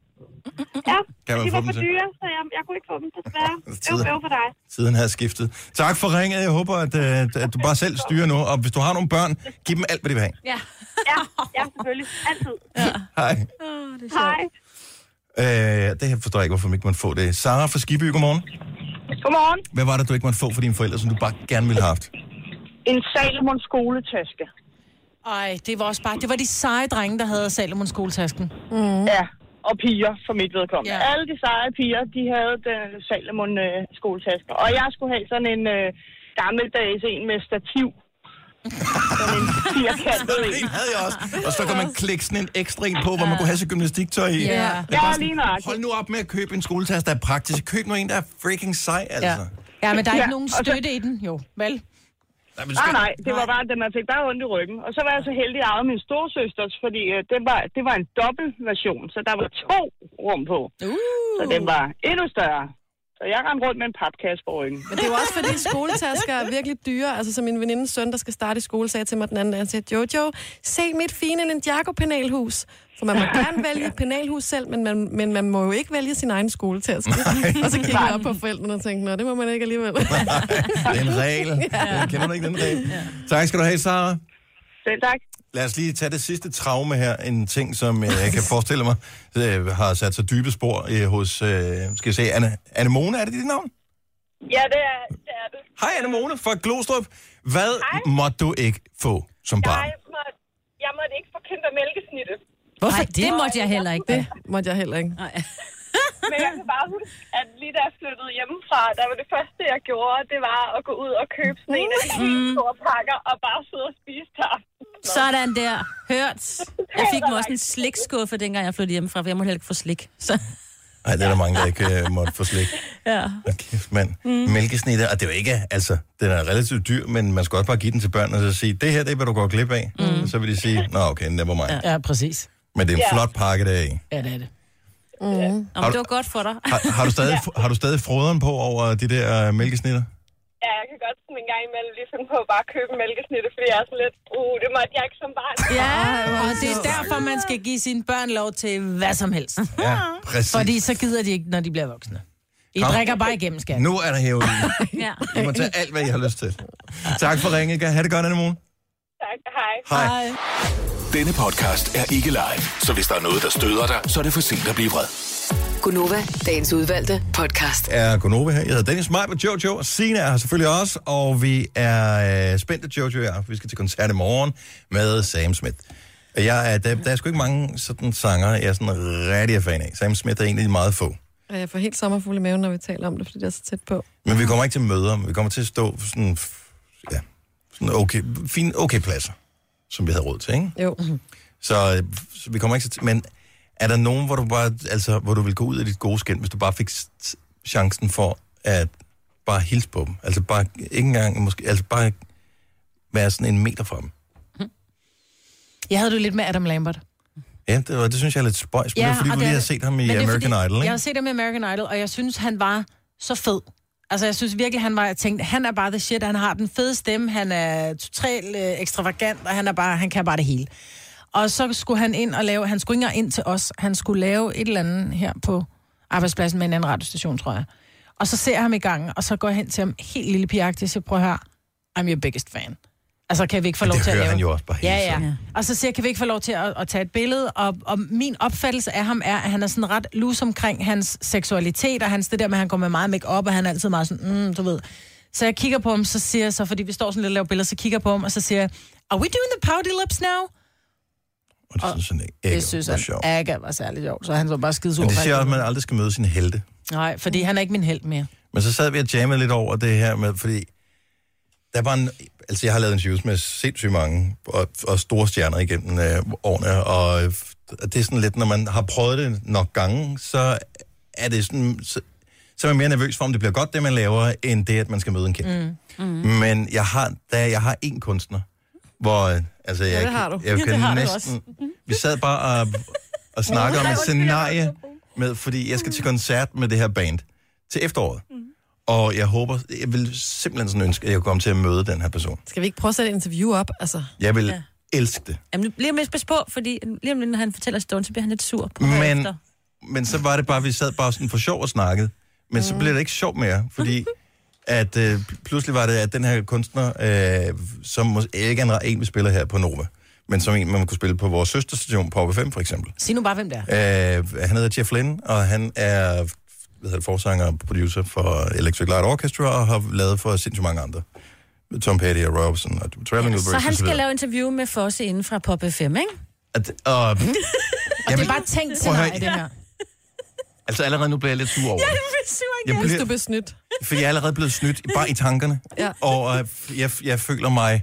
Ja, kan man de få var dem for til? dyre, så jeg, jeg kunne ikke få dem, desværre. Det var bøv for dig. Tiden har skiftet. Tak for ringet. Jeg håber, at, at du bare selv styrer nu. Og hvis du har nogle børn, giv dem alt, hvad de vil have. Ja, ja, ja selvfølgelig. Altid. Ja. Hej. Oh, det er Hej. Øh, det her forstår jeg ikke, hvorfor man ikke måtte få det. Sara fra Skibby, godmorgen. Godmorgen. Hvad var det, du ikke måtte få for dine forældre, som du bare gerne ville have haft? En Salomon skoletaske. Ej, det var også bare... Det var de seje drenge, der havde Salomon skoletasken. Mm. Ja, og piger for mit vedkommende. Ja. Alle de seje piger, de havde den Salomon øh, skoletaske. Og jeg skulle have sådan en øh, gammeldags en med stativ. Sådan en firkantet en. Det havde jeg også. Og så kan man klikke sådan en ekstra en på, hvor man kunne have sit gymnastiktøj i. Ja, ja lige nok. Hold nu op med at købe en skoletaske, der er praktisk. Køb nu en, der er freaking sej, altså. Ja, ja men der er ikke ja, nogen støtte så... i den, jo. Vel? Nej, skal... ah, nej, det var bare, at man fik bare ondt i ryggen. Og så var jeg så heldig at arve min storesøsters, fordi uh, det, var, det var en dobbelt version, så der var to rum på. Uh. Så den var endnu større. Så jeg rendte rundt med en papkasse på ryggen. Men det er jo også, fordi skoletasker er virkelig dyre. Altså, som min venindes søn, der skal starte i skole, sagde til mig den anden dag, han sagde, Jojo, se mit fine Ninjago-penalhus. For man må gerne vælge penalhus selv, men man, men man må jo ikke vælge sin egen skoletaske. Og så kiggede jeg op på forældrene og tænkte, nå, det må man ikke alligevel. Nej, det er en regel. Ja. Kender du ikke den regel? Ja. Tak skal du have, Sara. Selv tak. Lad os lige tage det sidste traume her. En ting, som øh, jeg kan forestille mig, øh, har sat sig dybe spor øh, hos, øh, skal jeg sige, Anne, Anne Mone, er det dit navn? Ja, det er det. Er det. Hej Anne Mone fra Glostrup. Hvad Hej. måtte du ikke få som barn? Jeg måtte, jeg måtte ikke få kindermælkesnitte. Hvorfor? Ej, det måtte jeg heller ikke. Det måtte jeg heller ikke. Nej. Men jeg kan bare huske, at lige da jeg flyttede hjemmefra, der var det første, jeg gjorde, det var at gå ud og købe sådan en af de helt store pakker, og bare sidde og spise til aften. Sådan der. Hørt. Jeg fik mig også en slikskuffe, dengang jeg flyttede hjemmefra, for jeg måtte heller ikke få slik. Så. Ej, det er der mange, der ikke uh, måtte få slik. Ja. Okay, mand. Mm. Mælkesnitter, og det er jo ikke, altså, den er relativt dyr, men man skal også bare give den til børn og så sige, det her, det er, hvad du går glip af. Mm. Så vil de sige, nå okay, never mind. Ja, ja, præcis. Men det er en Ja. flot pakke, der er i. Ja, det er det. Mm. Nå, men det var godt for dig. Har, har, du stadig, Ja. har du stadig froderen på over de der uh, mælkesnitter? Ja, jeg kan godt sådan en gang imellem lige finde på at bare købe mælkesnitte, fordi jeg er sådan lidt, uh, det måtte jeg ikke som barn. Ja, og det er derfor, man skal give sine børn lov til hvad som helst. Ja, præcis. Fordi så gider de ikke, når de bliver voksne. I Kom. drikker bare igennem, skat. Nu er der heroin. Ja. I må tage alt, hvad I har lyst til. Tak for ringen. Ha' det godt, Anne-Mone. Tak, hej. Hej. Denne podcast er ikke live, så hvis der er noget, der støder dig, så er det for sent at blive vred. Gunova, dagens udvalgte podcast. Er Gunova her. Jeg hedder Dennis Maj med Jojo, og Signe er her selvfølgelig også, og vi er øh, spændte, Jojo og jeg. Vi skal til koncert i morgen med Sam Smith. Og jeg er, der, der er sgu ikke mange sådan sanger, jeg er sådan rigtig er fan af. Sam Smith er en af de meget få. Jeg får helt sommerfuld i maven, når vi taler om det, fordi det er så tæt på. Men vi kommer ikke til møder, vi kommer til at stå på sådan, ja, sådan okay, fine, okay pladser, som vi havde råd til, ikke? Jo. Så, så vi kommer ikke til, men er der nogen, hvor du bare, altså, hvor du vil gå ud af dit gode skin, hvis du bare fik chancen for at bare hilse på dem? Altså bare, ikke engang, måske, altså bare være sådan en meter fra dem. Jeg havde det lidt med Adam Lambert. Ja, det, var, det synes jeg er lidt spøjs, men ja, det er fordi, og du lige er- har set ham i men det er American fordi, Idol, ikke? Jeg har set ham i American Idol, og jeg synes, han var så fed. Altså, jeg synes virkelig, han var, jeg tænkte, han er bare the shit, han har den fede stemme, han er totalt øh, ekstravagant, og han er bare, han kan bare det hele. Og så skulle han ind og lave, han skulle ikke engang ind til os, han skulle lave et eller andet her på arbejdspladsen med en anden radiostation, tror jeg. Og så ser jeg ham i gang, og så går jeg hen til ham helt lille pigagtigt, og siger, prøv at høre, I'm your biggest fan. Altså, kan vi ikke få Men lov det til at hører lave... han jo også bare hele Ja, ja. tiden. Og så siger jeg, kan vi ikke få lov til at, at tage et billede? Og, og min opfattelse af ham er, at han er sådan ret loose omkring hans seksualitet, og hans det der med, at han går med meget make-up, og han er altid meget sådan, mm, du ved. Så jeg kigger på ham, så siger jeg så, fordi vi står sådan lidt og laver billeder, så kigger jeg på ham, og så siger jeg, are we doing the pouty lips now? Og det synes han ikke, Det ikke synes var han sjovt. ikke var særlig sjovt, så han var bare skide sur. Men det siger også, at man aldrig skal møde sine helte. Nej, fordi han er ikke min helt mere. Men så sad vi og jammede lidt over det her med, fordi der var en, altså jeg har lavet interviews med sindssygt mange og, og store stjerner igennem øh, årene, og øh, det er sådan lidt, når man har prøvet det nok gange, så er det sådan, så, så er man mere nervøs for, om det bliver godt, det man laver, end det, at man skal møde en kendt. Mm. Mm. Men jeg har, da jeg har én kunstner, hvor, øh, altså jeg, Ja, det har du. jeg, jeg kan Det har du næsten, vi sad bare og, og snakkede om et scenarie med, fordi jeg skal til koncert med det her band til efteråret. Mm. Og jeg håber, jeg vil simpelthen sådan ønske, at jeg kunne komme til at møde den her person. Skal vi ikke prøve at sætte et interview op? Altså, Jeg vil Ja. ja. elske det. Jamen, lige om lidt pas på, fordi lige om lidt, når han fortæller historien, så bliver han lidt sur på Men, efter. men så var det bare, vi sad bare sådan for sjov og snakkede. Men så blev det ikke sjovt mere, fordi at øh, pludselig var det, at den her kunstner, øh, som måske ikke er en, vi spiller her på Nova, men som en, man kunne spille på vores søsterstation på O B fem for eksempel. Sig nu bare, hvem det er. Øh, han hedder Jeff Lynne, og han er hvad hedder det, forsanger og producer for Electric Light Orchestra, og har lavet for sindssygt mange andre. Tom Petty og Robson og Traveling Wilburys. Så han skal lave interview med Fosse inden fra Pop F M, ikke? At, og, Og det er bare tænkt Prøv at høre. scenarie, det her. altså allerede nu bliver jeg lidt sur over det. Jeg hvis bliver, du bliver snydt. for jeg er allerede blevet snydt, bare i tankerne. Ja. Og øh, jeg, jeg føler mig...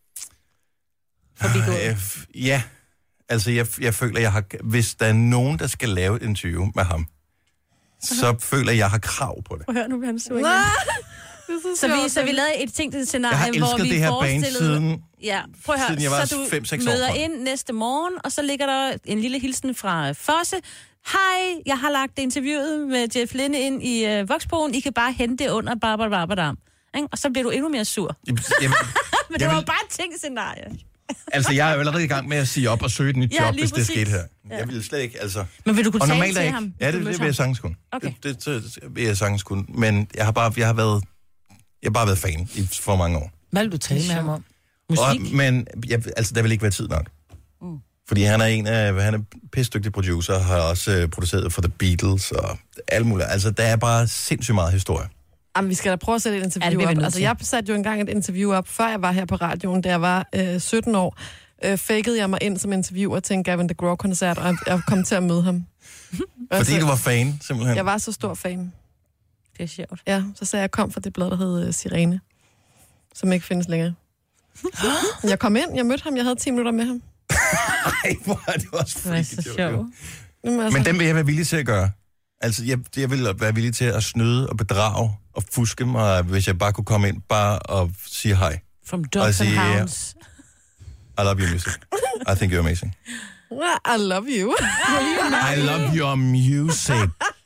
Forbigået. Øh, ja, altså jeg, jeg føler, jeg har... Hvis der er nogen, der skal lave et interview med ham, så føler jeg, jeg har krav på det. Prøv at høre, nu bliver han sur igen. Det er så, Så vi, sjovt, så vi det. lavede et tænkt scenarie, Jeg har hvor elsket vi det her band forestillede... siden... Ja, prøv at høre. siden jeg var så du fem seks år møder frem. ind næste morgen, og så ligger der en lille hilsen fra Fosse. Hej, jeg har lagt interviewet med Jeff Lynne ind i øh, Voxbogen. I kan bare hente det under Barbara. Og så bliver du endnu mere sur. Jeg, jeg, Men det jeg var vil- jo bare et tænkt scenarie. altså, jeg er jo allerede i gang med at sige op og søge et nyt Ja, job, lige hvis det præcis. skete her. Ja. Jeg ville slet ikke, altså... Men vil du kunne Og tale normalt er til jeg ham? ikke... Ja, hvis du det, mødte det vil jeg ham? sagtens kunne. Okay. Det, det, det vil jeg sagtens kunne. Men jeg har bare, jeg har været... Jeg har bare været fan i for mange år. Hvad vil du tale med ham om? Og, Musik? men jeg, altså, der vil ikke være tid nok. Mm. Fordi han er en af... Han er pissedygtig producer, har også øh, produceret for The Beatles og alt muligt. Altså, der er bare sindssygt meget historie. Jamen, vi skal da prøve at sætte et Ja, det interview bliver vi op. nødt Altså, til. jeg satte jo engang et interview op, før jeg var her på radioen, da jeg var øh, sytten år. Øh, fakede jeg mig ind som interviewer til en Gavin DeGraw-koncert, og jeg kom til at møde ham. Fordi du var fan, simpelthen. Jeg var så stor fan. Det er sjovt. Ja, så sagde jeg, jeg kom fra det blad, der hed uh, Sirene, som ikke findes længere. Jeg kom ind, jeg mødte ham, jeg havde ti minutter med ham. Ej, hvor er det også Det var så freaky, sjovt. Jojo. Jamen, altså, Men dem vil jeg være villig til at gøre. Altså, jeg, jeg ville være villig til at snyde og bedrage og fuske mig, hvis jeg bare kunne komme ind bare og sige hej. From Dogs and Hounds. I love your music. I think you're amazing. I love you. I love your music.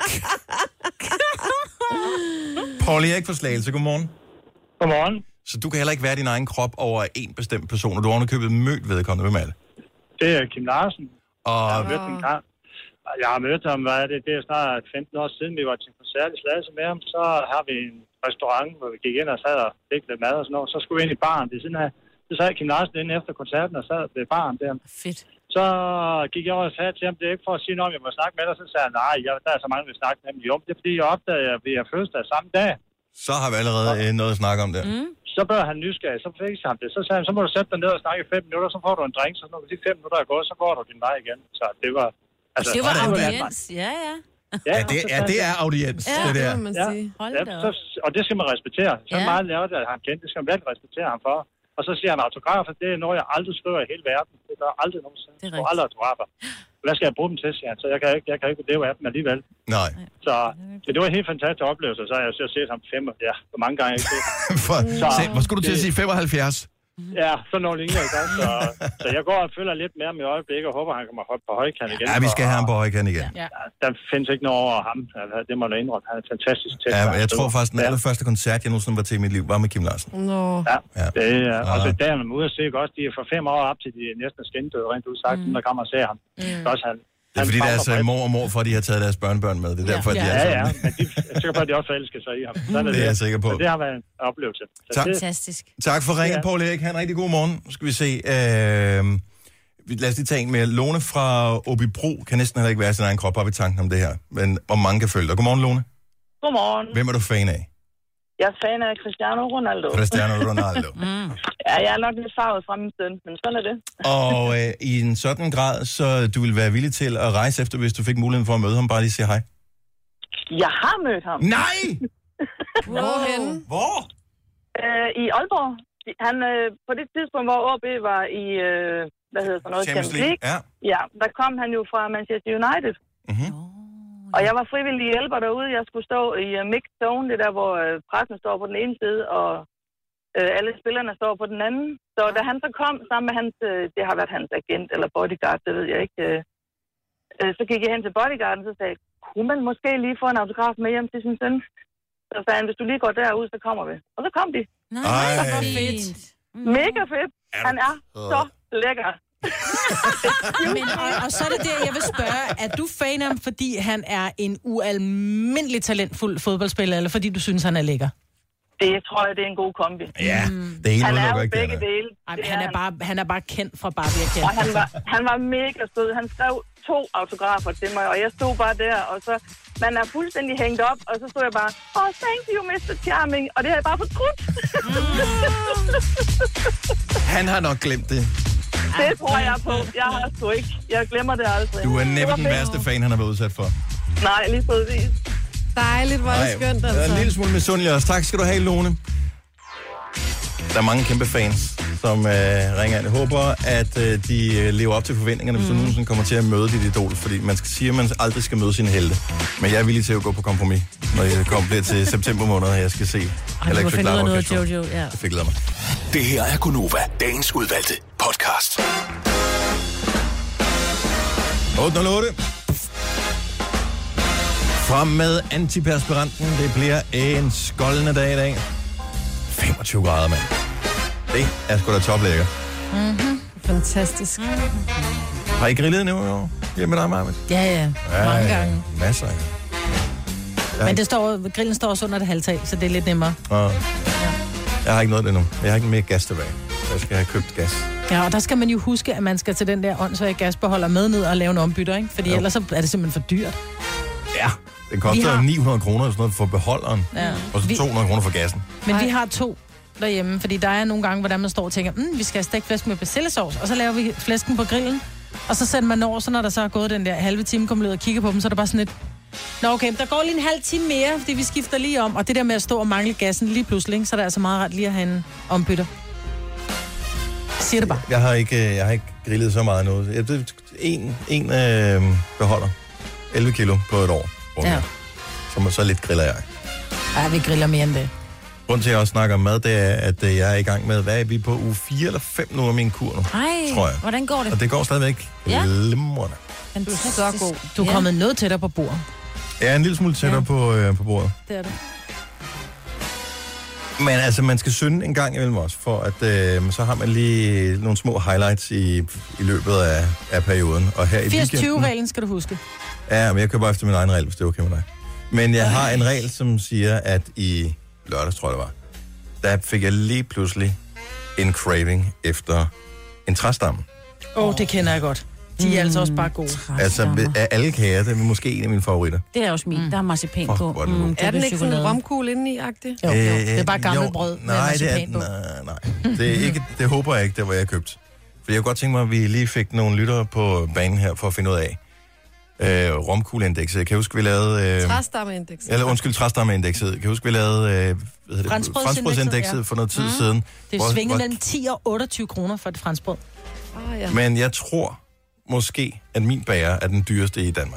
Paul Erik fra Slagelse, godmorgen. Godmorgen. Så du kan heller ikke være din egen krop over en bestemt person, og du har underkøbet mødt vedkommende. Hvem er det? Det er Kim Larsen. Og... Jeg har mødt en gang. Jeg har mødt ham, hvad er det? Det er snart femten år siden, vi var til en koncert i Slagelse med ham. Så har vi en restaurant, hvor vi gik ind og sad og fik lidt mad og sådan noget. Så skulle vi ind i baren ved siden af. Så sad Kim Larsen inde efter koncerten og sad ved baren der. Fedt. Så gik jeg over og sagde til ham, det er ikke for at sige noget, om jeg må snakke med dig. Så sagde han, nej, jeg, der er så mange, vi snakke med ham. Jo, det er fordi, jeg opdagede, at vi er fødselsdag samme dag. Så har vi allerede ja. noget at snakke om der. Mm. Så bør han nysgerrig, så fik han det. Så sagde han, så må du sætte dig ned og snakke i fem minutter, så får du en drink, så når de fem minutter er gået, så går du din vej igen. Så det var... Altså, det var audiens, ja, ja. Ja, det, ja, det er audiens, ja, det der. Det må man sige. Ja, ja, så, og det skal man respektere. Så ja. meget lavet, at han kendte, det skal man virkelig respektere ham for. Og så siger han, autografer, det er noget, jeg aldrig skriver i hele verden. Det gør aldrig nogensinde. Jeg skriver aldrig autografer. Hvad skal jeg bruge dem til, siger han. Så jeg kan ikke, jeg kan ikke leve af dem alligevel. Nej. Så, så det var en helt fantastisk oplevelse. Så har jeg så set ham fem, ja, for mange gange ikke det. for, så, se, hvad skulle du til at sige? femoghalvfjerds? Ja, så når lignende ikke også. Så, så jeg går og følger lidt mere med øjeblikket og håber, han kommer på højkant igen. Ja, vi skal have ham på højkant igen. Ja. Ja, der findes ikke noget over ham. Det må jeg indrømme. Han er fantastisk tæt. Ja, jeg tror faktisk, den allerførste koncert, jeg nogensinde var til i mit liv, var med Kim Larsen. Nå. Ja, ja. Det er, og så der er man ude at se også, de er fra fem år op til de næsten skindøde, rent udsagt, mm. der kommer og ser ham. Mm. Også han. Det er fordi deres uh, mor og mor, for de har taget deres børnebørn med. Det er derfor, ja. de er sådan. Ja, ja, men de, jeg er sikker på, at de også forelsker sig i ham. Sådan det er jeg sikker på. Så det har været en oplevelse. Tak. Fantastisk. Tak for ringen, Paul Erik. Ha' en rigtig god morgen. Nu skal vi se. Øh, lad os lige tage en med. Lone fra Åbybro kan næsten heller ikke være sin egen krop op i tanken om det her. Men om mange kan følge dig. Godmorgen, Lone. Godmorgen. Hvem er du fan af? Jeg er fan af Cristiano Ronaldo. Cristiano Ronaldo. mm. Ja, jeg er nok lidt farvet fra min søn, men sådan er det. Og øh, i en sådan grad, så du vil være villig til at rejse efter, hvis du fik muligheden for at møde ham, bare lige sige hej? Jeg har mødt ham. Nej! Hvorhenne? Hvor? Øh, I Aalborg. Han, øh, på det tidspunkt, hvor O B var i, øh, hvad hedder det, noget? Champions League. Ja. Ja, der kom han jo fra Manchester United. Mm-hmm. Og jeg var frivillig hjælper derude. Jeg skulle stå i uh, mixed zone, det der, hvor uh, pressen står på den ene side, og uh, alle spillerne står på den anden. Så da han så kom sammen med hans, uh, det har været hans agent eller bodyguard, det ved jeg ikke, uh, uh, så gik jeg hen til bodyguarden, så sagde jeg, kunne man måske lige få en autograf med hjem til sin søn? Så sagde han, hvis du lige går derud, så kommer vi. Og så kom de. Nej, hvor fedt. Mega fedt. Han er så lækker. Men, og, og så er det der, jeg vil spørge, er du fan af ham, fordi han er en ualmindelig talentfuld fodboldspiller, eller fordi du synes, han er lækker? Det tror jeg, det er en god kombi. Ja, det er han er jo ikke begge dele. Ej, han, er bare, han er bare kendt fra Barbie og kendt. Og han var, han var mega sød. Han skrev to autografer til mig, og jeg stod bare der, og så... Man er fuldstændig hængt op, og så stod jeg bare, oh, thank you, mister Charming, og det har jeg bare fortrudt. Han har nok glemt det. Det tror jeg på. Jeg har sgu ikke. Jeg glemmer det aldrig. Du er næppe den værste fan, han har været udsat for. Nej, lige præcis. Dejligt, hvor er det skønt, altså. Jeg er en lille smule misundelig også. Tak skal du have, Lone. Der er mange kæmpe fans, som øh, ringer ind. Jeg håber, at øh, de øh, lever op til forventningerne, hvis mm. du nogensinde kommer til at møde dit idol. Fordi man skal sige, at man aldrig skal møde sine helte. Men jeg er villig til at gå på kompromis, når jeg kommer til september måned, og jeg skal se. Ej, du må finde ud af noget, Jojo. Ja. Det fik jeg mig. Det her er Gunova, dagens udvalgte podcast. otte nul otte. Frem med antiperspiranten. Det bliver en skoldende dag i dag. femogtyve grader, mand. Det er sgu da toplækker. Mm-hmm. Fantastisk. Mm-hmm. Har I grillet nu i år? Hjemme med dig, Marvind? Ja, ja. Mange gange. Masser af. Ja. Men det står, grillen står også under det halvtag, så det er lidt nemmere. Ja. Jeg har ikke noget af det nu. Jeg har ikke mere gas tilbage. Jeg skal have købt gas. Ja, og der skal man jo huske, at man skal til den der åndssvage gasbeholder med ned og lave en ombytter, ikke? Fordi jo. Ellers så er det simpelthen for dyrt. Ja, det koster har... ni hundrede kroner eller sådan noget for beholderen, ja. Og så to hundrede kroner for gassen. Men Ej. vi har to derhjemme, fordi der er nogle gange, hvor man står og tænker, mm, vi skal have stegt flæsk med persillesauce, og så laver vi flæsken på grillen, og så sætter man over, så når der så er gået den der halve time, kommer ud og kigger på dem, så er der bare sådan lidt, nå okay, der går lige en halv time mere, fordi vi skifter lige om, og det der med at stå og mangle gassen lige pludselig, så er det altså meget ret lige at have en ombytter. Siger det bare. Jeg har ikke, jeg har ikke grillet så meget noget. Jeg ved, en, en øh, beholder elleve kilo på et år. Ja. Så, så lidt griller jeg. Ja, vi griller mere end det. Grunden til, at jeg også snakker om mad, det er, at jeg er i gang med, hvad er vi på uge fire eller fem nu af min kur nu, Ej, tror jeg. hvordan går det? Og det går stadigvæk Ja. glimrende. Du er så god. Du er kommet noget tættere på bordet. Jeg er en lille smule tættere ja. på, øh, på bordet. Det er det. Men altså, man skal synde en gang imellem også, for at øh, så har man lige nogle små highlights i, i løbet af, af perioden. Og her i firs tyve weekenden... reglen skal du huske. Ja, men jeg kører bare efter min egen regel, hvis det er okay med dig. Men jeg har en regel, som siger, at i lørdags, tror jeg det var, der fik jeg lige pludselig en craving efter en træstamme. Åh, oh, det kender jeg godt. De er mm, altså også bare gode. Altså, af alle kager, det er måske en af mine favoritter. Det er også min. Mm. Der er marcipan oh, på. Mm, er, er den ikke sådan en romkugle indeni-agtig? Jo, jo. Det er bare gammelt brød med nej, det er, på. nej, nej. Det, er ikke, det håber jeg ikke, det var jeg købt. For jeg kunne godt tænke mig, at vi lige fik nogle lyttere på banen her, for at finde ud af øh, romkugleindekset. Jeg kan huske, vi lavede... Øh, Træstammeindekset. Eller undskyld, træstammeindekset. Jeg kan huske, vi lavede øh, franskbrødsindekset ja. for noget tid mm. siden. Det er svinget mellem ti og otteogtyve kroner for et franskbrød. Oh, ja. Men jeg tror måske, at min bager er den dyreste i Danmark.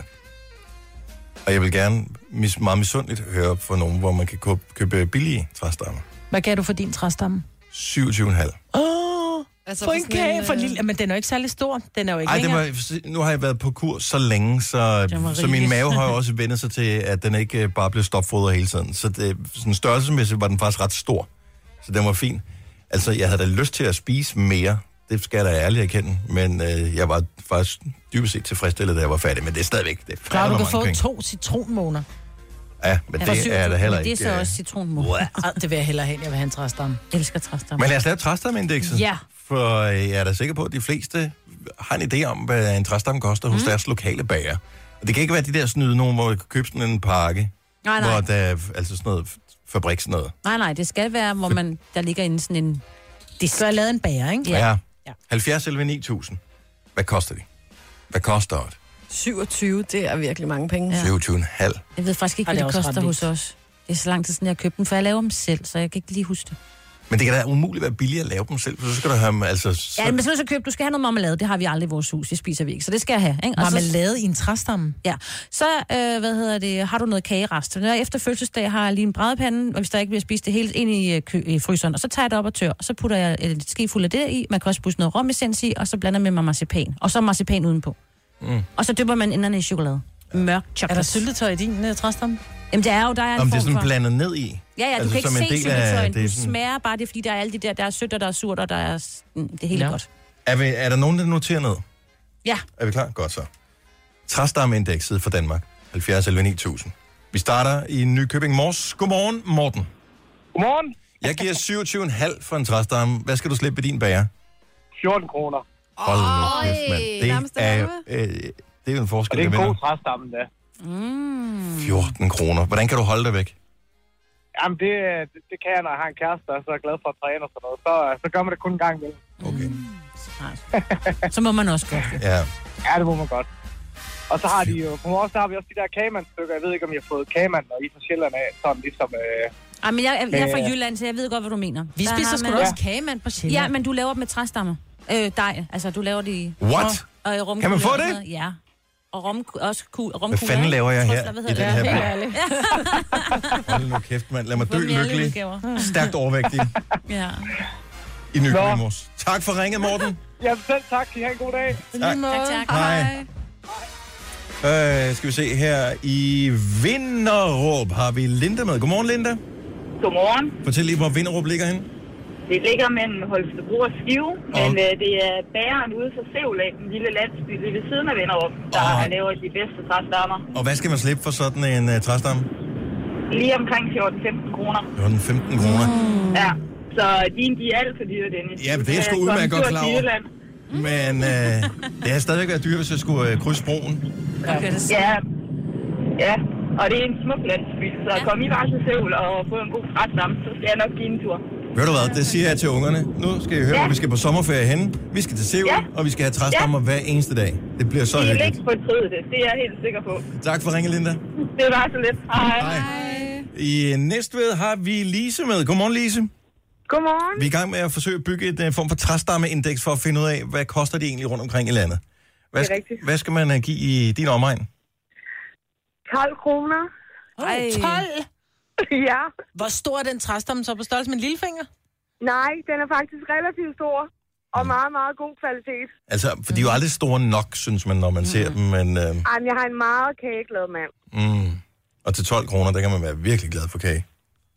Og jeg vil gerne mis- meget misundeligt høre fra nogen, hvor man kan købe, købe billige træstammer. Hvad gav du for din træstamme? syvogtyve komma fem. Åh, oh, altså for en kage for lille. Men den er jo ikke særlig stor. Den er jo ikke Ej, længere. det var, nu har jeg været på kur så længe, så, så min mave har jo også vendt sig til, at den ikke bare blev stopfodret hele tiden. Så det, sådan størrelsesmæssigt var den faktisk ret stor. Så den var fin. Altså, jeg havde da lyst til at spise mere. Det skal jeg da ærligt erkende. Men øh, jeg var faktisk dybest set tilfredsstillet, da jeg var færdig. Men det er stadigvæk... Det er Klar, du kan få penge. to citronmåner. Ja, men det syv, er der heller ikke. ikke. Det er så også citronmåner. Det vil jeg hellere have, jeg vil have en træstamme. Jeg elsker træstamme. Men lad os lave træstammeindekset. Ja. For jeg er da sikker på, at de fleste har en idé om, hvad en træstamme koster hos mm. deres lokale bager. Og det kan ikke være de der snyde nogen, hvor du kan købe sådan en pakke. Nej, nej. Hvor der er altså sådan noget fabriks noget. Nej, nej, det skal være, hvor man, der ligger inde sådan en... Det skal have lavet en bager, ikke? Ja. ja. halvfjerds elleve ni tusind. Hvad koster de? Hvad koster det? syvogtyve, det er virkelig mange penge. Ja. syvogtyve komma fem. Jeg ved faktisk ikke, hvad det, det koster hos os. Det er så lang tid siden, jeg har købt den, for jeg laver dem selv, så jeg kan ikke lige huske det. Men det kan da umuligt være billigere at lave dem selv, for så skal du have dem, altså... Så... Ja, men så, så køb, du skal have noget marmelade, det har vi aldrig i vores hus, det spiser vi ikke, så det skal jeg have. Ikke? Og marmelade så, i en træstamme? Ja. Så, øh, hvad hedder det, har du noget kagerest. Når jeg efter fødselsdag har jeg lige en brædepande, og hvis der ikke bliver spist det hele ind i, kø, i fryseren, og så tager jeg det op og tør, og så putter jeg et skefuld af det i, man kan også putte noget romessens i, og så blander man med marcipan, og så marcipan udenpå. Mm. Og så dypper man inderne i chokolade. Mørk chokolade. Er der syltetøj i din uh, træstamme? Jamen, det er jo, der er en Om form det er sådan for... blandet ned i? Ja, ja, du altså, kan ikke se syltetøjen. Du sådan... smager bare det, fordi der er alle de der, der er sødt, og der er surt, og der er... Det er helt ja. godt. Er, vi, er der nogen, der noterer ned? Ja. Er vi klar? Godt så. Træstammeindekset for Danmark. halvfjerds elleve ni tusind. Vi starter i Nykøbing Mors. Godmorgen, Morten. Godmorgen. Jeg giver syvogtyve komma fem for en træstamme. Hvad skal du slippe i din bager? fjorten kroner. Hold nu kæft, mand. Det er, jo, øh, det er jo en forskel. Og det er en god træstamme, da. Mm. fjorten kroner. Hvordan kan du holde dig væk? Jamen, det, det, det kan jeg, når jeg har en kæreste, der er så glad for at træne og sådan noget. Så, så gør man det kun en gang imellem. Okay. Mm. Så må man også godt. Ja. Ja, det må man godt. Og så har de jo, på morgen, så har vi også de der kagemandstykker. Jeg ved ikke, om jeg har fået kagemand, og I fra Sjælland af, sådan ligesom... Øh, ah, men jeg, jeg, jeg er fra Jylland, så jeg ved godt, hvad du mener. Vi der spiser sgu da også kagemand på Sjælland. Ja, men du laver dem med træstammer. Øh, dej, altså du laver det i... What? Og, og kan man få det? Ja. Og rom, også ku, rom hvad fanden laver jeg her Trusler, i den her bil? Hold nu kæft, mand. Lad mig dø lykkelig. Stærkt overvægtig. Ja. I Nykøbing Mors. Tak for ringet, Morten. Ja, selv tak. Kan I have en god dag. Tak. Tak, tak. Hej. Øh, skal vi se her i Vinderup har vi Linda med. Godmorgen, Linda. Godmorgen. Fortæl lige, hvor Vinderup ligger hen. Det ligger mellem Holstebro og Skive, oh. men øh, det er bageren ude for Sevlag, den lille landsby lige ved siden af Vinderup, der oh. laver de bedste træstammer. Og hvad skal man slippe for sådan en uh, træstamme? Lige omkring fjorten til femten kroner. fjorten til femten kroner? Mm. Ja, så din, de er alt for dyre, Dennis. Ja, det er sgu udmærket godt klar over. Men øh, det har stadigvæk været dyrt, hvis jeg skulle øh, krydse broen. Okay, det ja, ja, og det er en smuk landsby, så ja. Kom I bare til Seoul og få en god træstamme, så skal jeg nok give en tur. Ved du hvad, det siger jeg til ungerne. Nu skal I høre, ja. Hvor vi skal på sommerferie henne. Vi skal til Seoul, ja. Og vi skal have træstammer ja. Hver eneste dag. Det bliver så hyggeligt. I er ikke fortryde det, det er jeg helt sikker på. Tak for ringe, Linda. Det var så lidt. Hej. Hej. I Næstved har vi Lise med. Godmorgen, Lise. Godmorgen. Vi er i gang med at forsøge at bygge et uh, form for træstammeindeks for at finde ud af, hvad koster de egentlig rundt omkring i landet. Hvad, det er rigtigt. Hvad skal man uh, give i din omegn? tolv kroner. Oh, tolv? Ja. Hvor stor er den træstamme så på størrelse med en lillefinger? Nej, den er faktisk relativt stor. Og meget, meget god kvalitet. Altså, for de er jo aldrig store nok, synes man, når man mm. ser dem, men... Øh... Ej, men jeg har en meget kageglad mand. Mm. Og til tolv kroner, der kan man være virkelig glad for kage.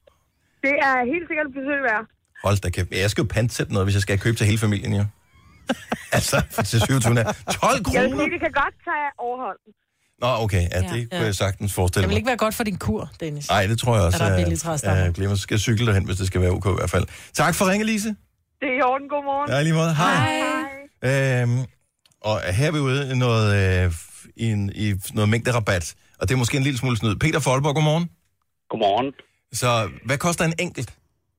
Det er helt sikkert et besøg værd. Hold da kæft. Jeg skal jo pantsætte noget, hvis jeg skal købe til hele familien, jo. Altså, for til syvogtyve tolv kroner? Jeg vil sige, det kan godt tage overhånd. Nå, okay. Ja, det ja. kunne jeg sagtens forestille mig. Det vil ikke være godt for din kur, Dennis. Nej, det tror jeg også. Er der billige træstammer? Jeg glemmer, så skal jeg cykle derhen, hvis det skal være ok i hvert fald. Tak for ringe, Lise. Det er i orden. Godmorgen. Ja, lige måde. Hej. Hej. Øhm, og her er vi ude i noget, øh, i, en, i noget mængderabat. Og det er måske en lille smule snyd. Peter Folborg, godmorgen. Godmorgen. Så hvad koster en enkelt?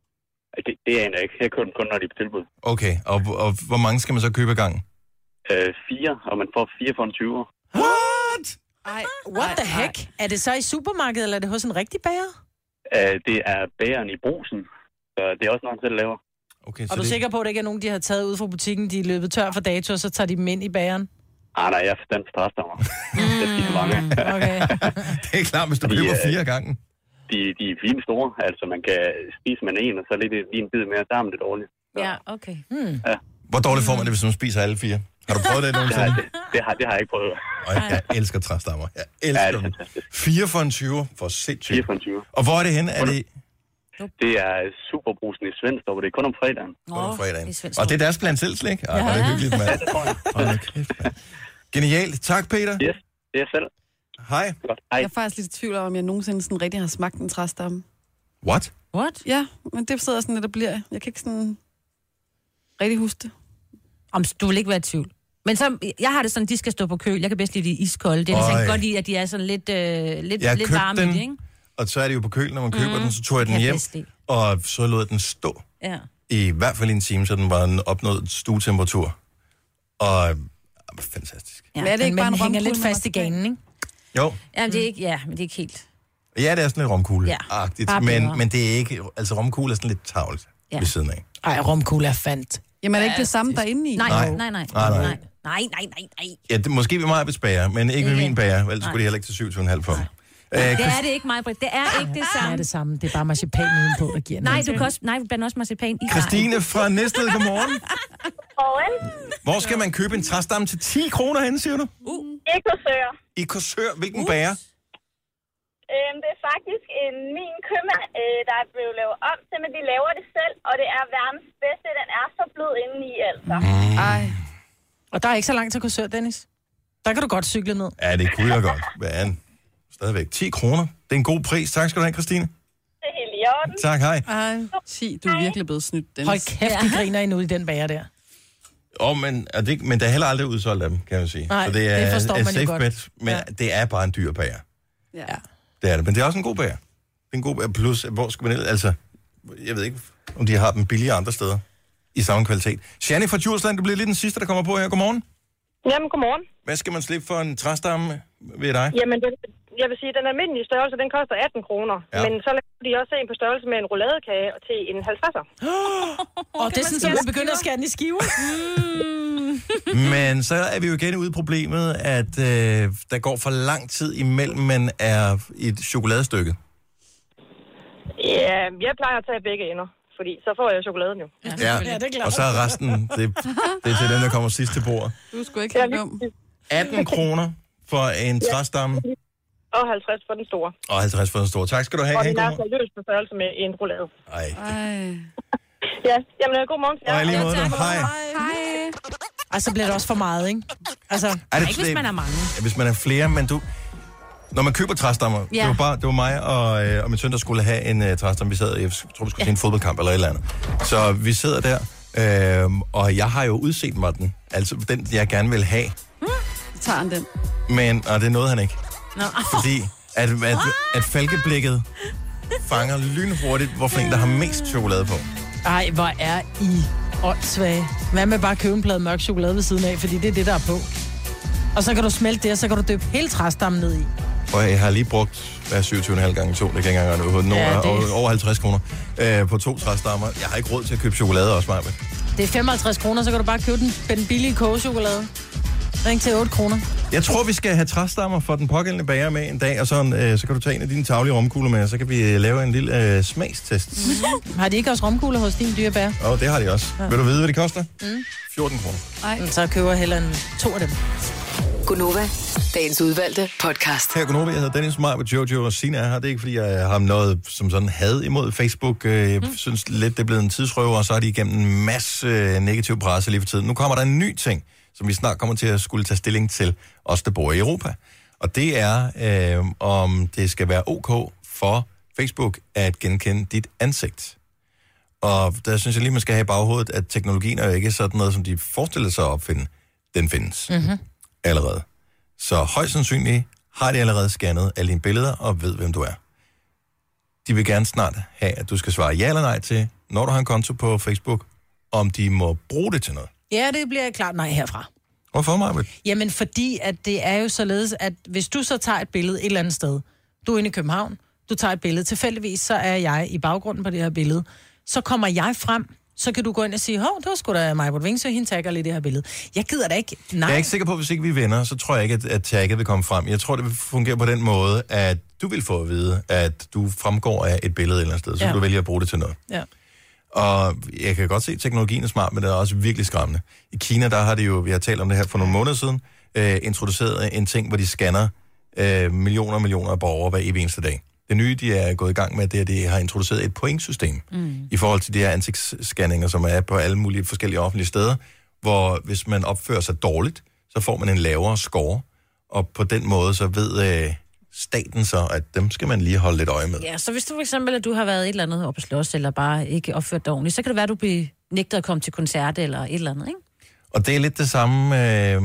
Det, det aner jeg ikke. Jeg køber den kun, når de er på tilbud. Okay, og, og hvor mange skal man så købe ad gangen? Øh, fire, og man får fire for en tyver. What? Ej, what the heck? Er det så i supermarkedet, eller er det hos en rigtig bager? Øh, det er bageren i Brugsen, så det er også noget, han selv laver. Okay, og du er det... sikker på, at det ikke er nogen, de har taget ud fra butikken, de er løbet tør for dato, og så tager de dem ind i bageren? Ah, nej, jeg er forstand på træstammer. Det er så mange. Okay. Det er klart, hvis du køber fire gange. De, de er fine store, altså man kan spise med en, og så lidt lige en bid mere, der er det dårligt. Så. Ja, okay. Hmm. Ja. Hvor dårligt får man det, hvis man spiser alle fire? Har du prøvet det nogensinde? Det har, det, det, har, det har jeg ikke prøvet. Og jeg elsker træstammer. Jeg elsker ja, det er dem. fantastisk. Fire for en tyver, for sindssygt. Fire for en tyver. Og hvor er det henne? Er det... Det er Superbrusen i Svendstrup, og det er kun om fredagen. Kun om fredagen. Og det er deres blandt selv slik? Ej, ja. hvor er det hyggeligt, mand. Ja, det tror jeg. Hold kæft, mand. Genialt. Tak, Peter. Yes, det er selv. Hej. Godt. Hej. Jeg er faktisk lidt i tvivl om, om jeg nogensinde sådan rigtig har smagt en træstamme. What? What? Ja, men det sidder sådan lidt og bliver. Jeg kan ikke sådan rigtig huske det. Om du vil ikke være i tvivl. Men så, jeg har det sådan, de skal stå på køl. Jeg kan bedst lide de iskolde. Det er altså godt lide, at de er sådan lidt, øh, lidt, jeg lidt varme den, i det, ikke? Og så er det jo på køl, når man køber mm. den, så tog jeg den jeg hjem, og så lod jeg den stå. Ja. I hvert fald en time, så den var opnået stuetemperatur. Og øh, fantastisk. Ja, men er det ikke bare en hænger lidt fast i ganen, ikke? Jo. Ja, men det er ikke, ja, men det er ikke helt. Ja, det er sådan lidt romkugle-agtigt, ja, men, men det er ikke, altså romkugle er sådan lidt tavligt ja. ved siden af. Ej, romkugle er fandt. Jamen er det ikke det samme derinde i? Nej, nej, nej. Nej, nej. Nej, nej, nej, nej. Ja, det, måske ved mig at bager, men ikke ved min bager, ellers skulle de heller ikke til syv komma fem for. Det er det ikke, Maj-Brit. Det er ikke det samme. Det er det samme. Det er bare marcipan udenpå, der giver Nej, du kan også, nej, blander også marcipan i. Christine fra Næstved, godmorgen. Godmorgen. Hvor skal man købe en træstamme til ti kroner henne, siger du? Uh. I Korsør. I Korsør. Hvilken uh. bager? Øhm, det er faktisk en min købmand, øh, der er blevet lavet om til, men de laver det selv, og det er verdens bedste. Den er så blød indeni, altså. Mm. Ej. Og der er ikke så langt til Korsør, Dennis. Der kan du godt cykle ned. Ja, det kunne jeg godt. Hvad er den? Stadigvæk ti kroner. Det er en god pris. Tak skal du have, Christine. Det er helt i orden. Tak, hej. Ej, ti, du er virkelig blevet snydt, Dennis. Hold kæft, de griner endnu i den bager der. Åh, oh, men, det, men der er heller aldrig udsolgt af dem, kan man sige. Nej, så det er det forstår et man jo safe godt. bet, men ja. det er bare en dyr bager. Ja. Det er det, men det er også en god bager. Det er en god bager. Plus, hvor skal man... Altså, jeg ved ikke, om de har dem billigere andre steder i samme kvalitet. Shani fra Djursland, du bliver lige den sidste, der kommer på her. Godmorgen. Jamen, godmorgen. Hvad skal man slippe for en træstamme ved dig? Jamen, det, jeg vil sige, den almindelige størrelse, den koster atten kroner. Ja. Men så laver de også en på størrelse med en rouladekage til en halvtredser. Og det er sådan, at man begynder at skære den i skiver. Mm. Men så er vi jo igen ude i problemet, at øh, der går for lang tid imellem, man er i et chokoladestykke. Ja, jeg plejer at tage begge ender, fordi så får jeg chokoladen jo. Ja, ja, det er klart. Og så er resten, det, det er til den, der kommer sidst til bordet. Du skulle ikke helt dum. atten kroner for en træstamme. Og halvtreds for den store. Og halvtreds for den store. Tak skal du have. Og den er så løs på størrelse med en roulade. Ej. Ja, jamen god morgen. Ja. Og i lige måde. Hej. Hej. Og så bliver det også for meget, ikke? Altså, er det, ikke hvis man er mange. Hvis man er flere, men du... Når man køber træstammer, ja. det var bare det var mig og, øh, og min søn, der skulle have en uh, træstamme. Vi sad, jeg tror, vi skulle ja. se en fodboldkamp eller et eller andet. Så vi sidder der, øh, og jeg har jo udset mig den. Altså den, jeg gerne vil have. Hmm. Tager han den? Men, og det er noget, han ikke. No. Fordi at, at, at falkeblikket fanger lynhurtigt, hvorfor en, der har mest chokolade på. Ej, hvor er I åndssvage. Hvad med bare at købe en plade mørk chokolade ved siden af, fordi det er det, der er på. Og så kan du smelte det, og så kan du døbe hele træstammen ned i. Og jeg har lige brugt hvad, syvogtyve komma fem gange to, det kan ikke engang gøre noget. Ja, det... over, over halvtreds kroner øh, på to træstammer. Jeg har ikke råd til at købe chokolade også, Maja. Det er femoghalvtreds kroner, så kan du bare købe den, den billige kogechokolade. Ring til otte kroner. Jeg tror, vi skal have træstammer for den pågældende bager med en dag, og så, øh, så kan du tage en af dine taglige romkugler med, og så kan vi øh, lave en lille øh, smagstest. Mm-hmm. Har de ikke også romkugler hos din dyre bager? Åh, oh, det har de også. Ja. Vil du vide, hvad det koster? Mm. fjorten kroner. Nej. Så køber jeg hellere en to af dem. Gunova, dagens udvalgte podcast. Her Gunova, jeg hedder Dennis Maj med Jojo og Sina er her. Det er ikke, fordi jeg har noget som sådan had imod Facebook. Jeg mm. synes lidt, det er blevet en tidsrøver, og så er de igennem en masse negativ presse lige for tiden. Nu kommer der en ny ting, som vi snart kommer til at skulle tage stilling til, os der bor i Europa. Og det er, øh, om det skal være ok for Facebook at genkende dit ansigt. Og der synes jeg lige, man skal have i baghovedet, at teknologien er jo ikke sådan noget, som de forestiller sig at opfinde. Den findes mm-hmm. allerede. Så højst sandsynligt har de allerede scannet alle dine billeder og ved, hvem du er. De vil gerne snart have, at du skal svare ja eller nej til, når du har en konto på Facebook, om de må bruge det til noget. Ja, det bliver klart nej herfra. Hvorfor, Marbet? Jamen, fordi at det er jo således, at hvis du så tager et billede et eller andet sted, du er inde i København, du tager et billede, tilfældigvis så er jeg i baggrunden på det her billede, så kommer jeg frem, så kan du gå ind og sige, hov, det var sgu da Maj-Brit Vingsø, hende tagger lidt det her billede. Jeg gider da ikke. Nej. Jeg er ikke sikker på, at hvis ikke vi er venner, så tror jeg ikke, at, at tagget vil komme frem. Jeg tror, det vil fungere på den måde, at du vil få at vide, at du fremgår af et billede et eller andet sted, så ja. Du vælger at bruge det til noget. Ja. Og jeg kan godt se, at teknologien er smart, men det er også virkelig skræmmende. I Kina, der har de jo, vi har talt om det her for nogle måneder siden, øh, introduceret en ting, hvor de scanner øh, millioner og millioner af borgere hver evig eneste dag. Det nye, de er gået i gang med, det er, at de har introduceret et pointsystem mm. i forhold til de her ansigtsscanninger, som er på alle mulige forskellige offentlige steder, hvor hvis man opfører sig dårligt, så får man en lavere score, og på den måde så ved øh, staten så, at dem skal man lige holde lidt øje med. Ja, så hvis du for eksempel, at du har været et eller andet oppe at slås, eller bare ikke opført dig ordentligt, så kan det være, at du bliver nægtet at komme til koncert eller et eller andet, ikke? Og det er lidt det samme... Øh,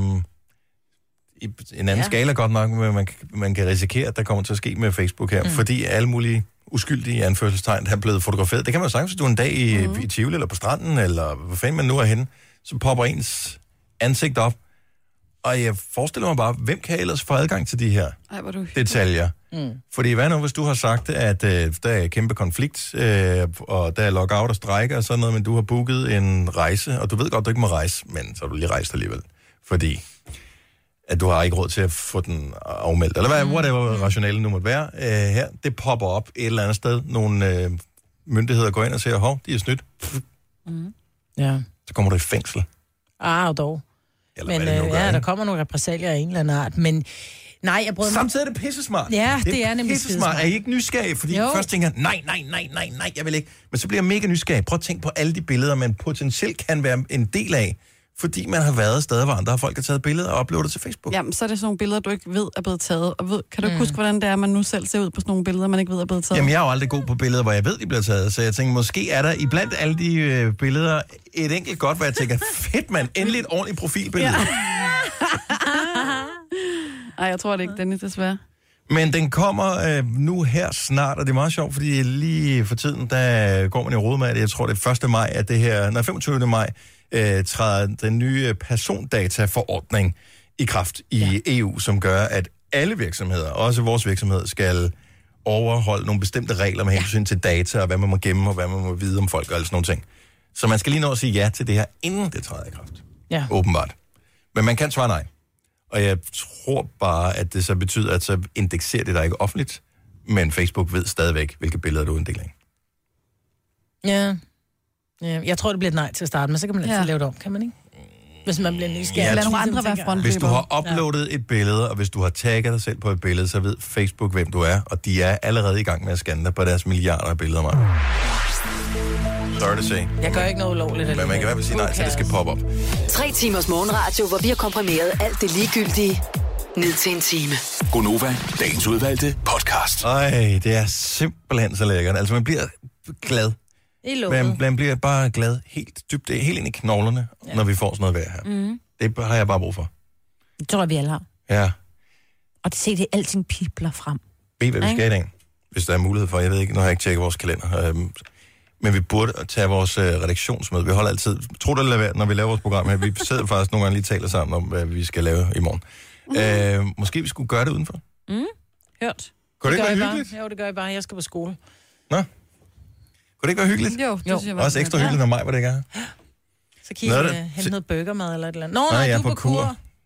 i en anden ja. skala godt nok, men man, man kan risikere, at der kommer til at ske med Facebook her, mm. fordi alle mulige uskyldige anførselstegn er blevet fotograferet. Det kan man jo sagtens, hvis du er en dag i, mm. i Tivoli eller på stranden, eller hvor fanden man nu er henne, så popper ens ansigt op. Og jeg forestiller mig bare, hvem kan ellers få adgang til de her Ej, hvor du... detaljer? Mm. Fordi hvad nu, hvis du har sagt, at øh, der er kæmpe konflikt, øh, og der er lockout og strejker og sådan noget, men du har booket en rejse, og du ved godt, du ikke må rejse, men så har du lige rejst alligevel. Fordi at du har ikke råd til at få den afmeldt. Eller hvad, mm. whatever rationale nu måtte være øh, her. Det popper op et eller andet sted. Nogle øh, myndigheder går ind og siger, hov, de er snydt. Mm. Ja. Så kommer du i fængsel. Ah, dog. Eller men hvad det nu øh, gør, ja, ikke? der kommer nogle repressalier af en eller anden art. Men nej, jeg brød mig... Samtidig er det pissesmart. Ja, det, det er, er nemlig pissesmart. Er I ikke nysgerrige? Fordi jo. Først tænker jeg, nej, nej, nej, nej, nej, jeg vil ikke. Men så bliver jeg mega nysgerrig. Prøv at tænke på alle de billeder, man potentielt kan være en del af, fordi man har været steder, hvor andre folk har taget billeder og uploadet til Facebook. Jamen, så er det sådan nogle billeder, du ikke ved er blevet taget. Og ved, kan du ikke mm. huske, hvordan det er, man nu selv ser ud på sådan nogle billeder, man ikke ved er blevet taget? Jamen, jeg er jo aldrig god på billeder, hvor jeg ved, de bliver taget. Så jeg tænker, måske er der i blandt alle de øh, billeder et enkelt godt, hvor jeg tænker, fedt mand, endelig et ordentligt profilbillede. Ja. Ej, jeg tror det ikke, Dennis, desværre. Men den kommer øh, nu her snart, og det er meget sjovt, fordi lige for tiden, der går man i rode med det. Jeg tror, det er første maj, at det her, nej, femogtyvende maj, øh, træder den nye persondataforordning i kraft i ja. E U, som gør, at alle virksomheder, også vores virksomhed, skal overholde nogle bestemte regler med hensyn ja. til data, og hvad man må gemme, og hvad man må vide om folk, og alle sådan nogle ting. Så man skal lige nå at sige ja til det her, inden det træder i kraft. Ja. Åbenbart. Men man kan svare nej. Og jeg tror bare, at det så betyder, at så indekserer det der ikke offentligt, men Facebook ved stadigvæk, hvilke billeder du er en del af. Ja. ja. Jeg tror, det bliver et nej til at starte, men så kan man altid ja. lave det om, kan man ikke? Hvis man bliver nysgerrig. Ja, lad nogle andre være frontløbere. Hvis du har uploadet ja. et billede, og hvis du har tagget dig selv på et billede, så ved Facebook, hvem du er, og de er allerede i gang med at scanne dig på deres milliarder af billeder, man. Sorry to say. Jeg gør ikke noget ulovligt. Men man kan i hvert fald sige nej, så det skal poppe op. Tre timers morgenradio, hvor vi har komprimeret alt det ligegyldige ned til en time. Gonova, dagens udvalgte podcast. Ej, det er simpelthen så lækkert. Altså, man bliver glad. Man, man bliver bare glad helt dybt, helt ind i knoglerne, ja. når vi får sådan noget vejr her. Mm. Det har jeg bare brug for. Det tror jeg, vi alle har. Ja. Og det ser det alting pibler frem. Ved, hvad vi skal i dag, hvis der er mulighed for. Jeg ved ikke, nu har jeg ikke tjekket vores kalender. Øhm, men vi burde tage vores øh, redaktionsmøde. Vi holder altid, tro det eller hvad, når vi laver vores program her. Vi sidder faktisk nogle gange lige taler sammen om, hvad vi skal lave i morgen. Mm. Øh, måske vi skulle gøre det udenfor. Mm. Hørt. Kunne det, det ikke være bare. hyggeligt? Jo, det gør jeg bare. Jeg skal på skole. Nå. Kunne det ikke være hyggeligt? Jo, det jo. synes jeg var. Også ekstra hyggeligt, når mig var det ikke er. Så kigger jeg hente noget burgermad eller et eller andet. Nå, nej, nej du er på, på kur. kur.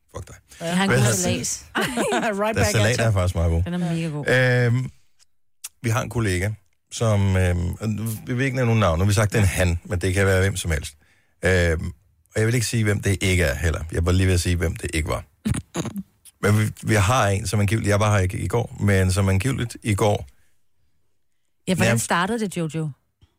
Fuck dig. Jeg har en god salat. Right Der salat er faktisk meget god. Den er mega god. Øhm, vi har en kollega, som... Øhm, vi vil ikke nævne nogen navn, nu har vi sagt, det er en han, men det kan være hvem som helst. Øhm, og jeg vil ikke sige, hvem det ikke er heller. Jeg var lige ved at sige, hvem det ikke var. Men vi, vi har en, som angiveligt... Jeg var her ikke i går, men som angiveligt i går... Ja, hvordan startede det, Jojo?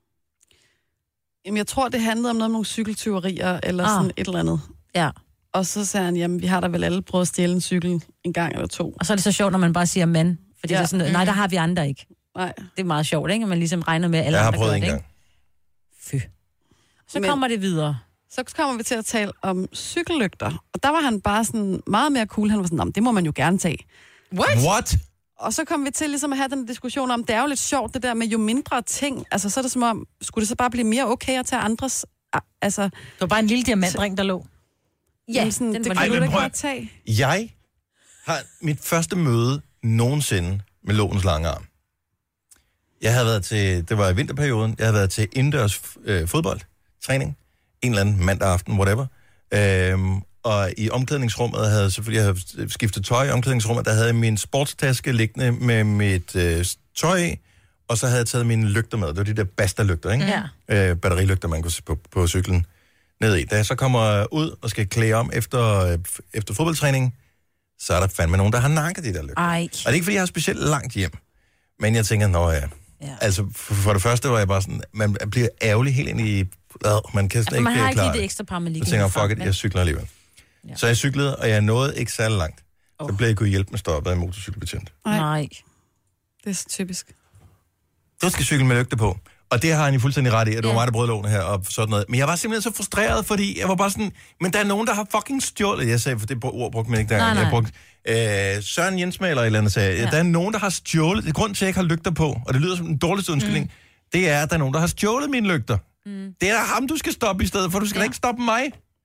Jamen, jeg tror, det handlede om noget med nogle cykeltyverier, eller Ah. sådan et eller andet. Ja. Og så sagde han, jamen, vi har da vel alle prøvet at stjæle en cykel en gang eller to. Og så er det så sjovt, når man bare siger mand. Fordi Ja. ja. det er sådan, nej, der har vi andre ikke. Nej. Det er meget sjovt, ikke? At man ligesom regner med, at alle Jeg har andre prøvet gør en det, gang. ikke? Fy. Så Men- kommer det videre. Så kommer vi til at tale om cykellygter. Og der var han bare sådan meget mere cool. Han var sådan, "Nå, men det må man jo gerne tage." What? What? Og så kom vi til ligesom at have den diskussion om, det er jo lidt sjovt det der med jo mindre ting. Altså så er det som om, skulle det så bare blive mere okay at tage andres... Altså, det var bare en lille diamantring, der lå. Ja, sådan, det Ej, kan du men ikke prøv bare at- tage. Jeg har mit første møde nogensinde med lovens lange arm. Jeg havde været til, det var i vinterperioden, jeg havde været til indendørs øh, fodboldtræning, en eller anden mandag aften, whatever. Øhm, og i omklædningsrummet havde jeg selvfølgelig, jeg havde skiftet tøj i omklædningsrummet, der havde jeg min sportstaske liggende med mit øh, tøj i, og så havde jeg taget mine lygter med. Det var de der Basta-lygter, ikke? Ja. Øh, batterilygter, man kunne se på, på cyklen ned i. Da jeg så kommer ud og skal klæde om efter, øh, efter fodboldtræning, så er der fandme nogen, der har nakket de der lygter. Ej. Og det er ikke, fordi jeg har specielt langt hjem. Men jeg tænker, nå ja. ja. Altså, for, for det første var jeg bare sådan, man bliver ærgerlig helt ind i... Øh, man kan sådan Ja, man ikke har klare ikke lige det ekstra par, man lige Jeg kan tænker, frem, fuck it, men- jeg cykler alligevel. Ja. Så jeg cyklede, og jeg nåede ikke særlig langt. Så blev jeg kunne hjælpe med stoppet af en motorcykelbetjent. Nej. Det er så typisk. Du skal cykle med lygte på. Og det har han jo fuldstændig ret i, at det var mig, der brød lovene her og sådan noget. Men jeg var simpelthen så frustreret, fordi jeg var bare sådan, men der er nogen, der har fucking stjålet. Jeg sagde, for det ord brugte man ikke der. Nej, nej. Jeg brugte øh, Søren Jensmæler eller et eller andet sagde, ja. Der er nogen, der har stjålet. Det er grund til, at jeg ikke har lygter på, og det lyder som den dårligste undskyldning. Mm. Det er, at der er nogen, der har stjålet mine lygter. Mm. Det er ham, du skal stoppe i stedet, for du skal ja. da ikke stoppe mig.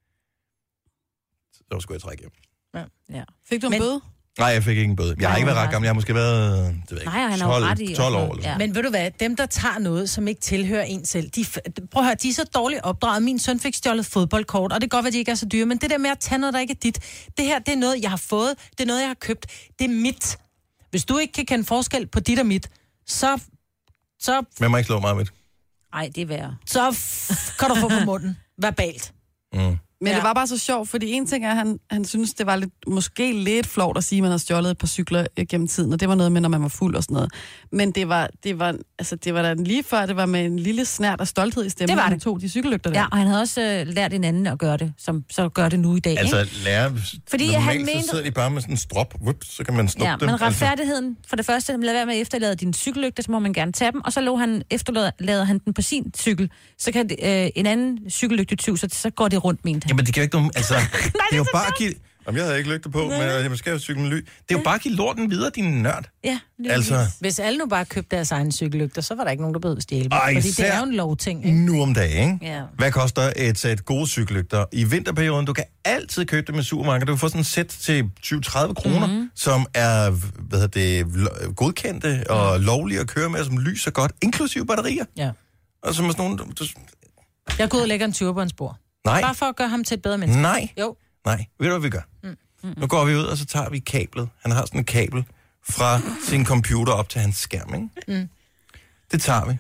Så skulle jeg trække hjem. Ja. Fik du en Men- bøde? Nej, jeg fik ikke en bøde. Jeg har Nej, ikke været nej. ret gammel. Jeg har måske været det ved jeg ikke, Nej, og han har jo ret i tolv år. Eller Ja. sådan. Men ved du hvad, dem der tager noget, som ikke tilhører en selv, de, f- prøv at høre, de er så dårligt opdraget. Min søn fik stjålet fodboldkort, og det kan godt være, de ikke er så dyre, men det der med at tage noget, der ikke er dit, det her, det er noget, jeg har fået, det er noget, jeg har købt, det er mit. Hvis du ikke kan kende forskel på dit og mit, så, så, Men må ikke slå mig med. Ej, det er værre. så f- kan du få på munden, verbalt. Mm. Men ja. Det var bare så sjovt, fordi en ting er, at han, han synes, det var lidt, måske lidt flovt at sige, at man har stjålet et par cykler øh, gennem tiden, og det var noget med, når man var fuld og sådan noget. Men det var, det var, altså, det var da lige før, det var med en lille snært af stolthed i stemmen, Det var han det. tog de cykellygter der. Ja, og han havde også øh, lært en anden at gøre det, som så gør det nu i dag, Altså, ikke? lære... Fordi normalt, han mente- så sidder de bare med sådan en strop, whoops, så kan man snuppe Ja, dem. men retfærdigheden, for det første, lad være med at efterlade dine cykellygter, så må man gerne tage dem, og så lå han, efterlader han den på sin cykel, så kan det, øh, en anden cykellygtetyv, så, så går det rundt, mente han. Jamen, det kan jo ikke nogen... Altså, det er jo bare at give... Jamen, jeg havde ikke lygter på, men jeg skal jo cykle med ly. Det er jo bare at give lorten videre, din nørd. Ja, Altså, Hvis alle nu bare købte deres egne cykellygter, så var der ikke nogen, der behøvede at stjæle dem. Ej, Fordi det især er jo en lovting, ikke? nu om dagen, ikke? Ja. Hvad koster et sæt gode cykellygter? I vinterperioden, du kan altid købe dem i supermarkedet. Du kan få sådan et sæt til tyve til tredive kroner, mm-hmm. som er, hvad hedder det, lo- godkendte og lovlige at køre med, som lyser godt, inklusive batterier. Ja. Og som er sådan nogle... Du... Jeg går ud og lægger en tyver på en spor. Nej. Bare for at gøre ham til et bedre menneske. Nej. Jo. Nej, ved du, hvad vi gør? Mm. Mm. Nu går vi ud, og så tager vi kablet. Han har sådan et kabel fra sin computer op til hans skærm, ikke? Mm. Det tager vi.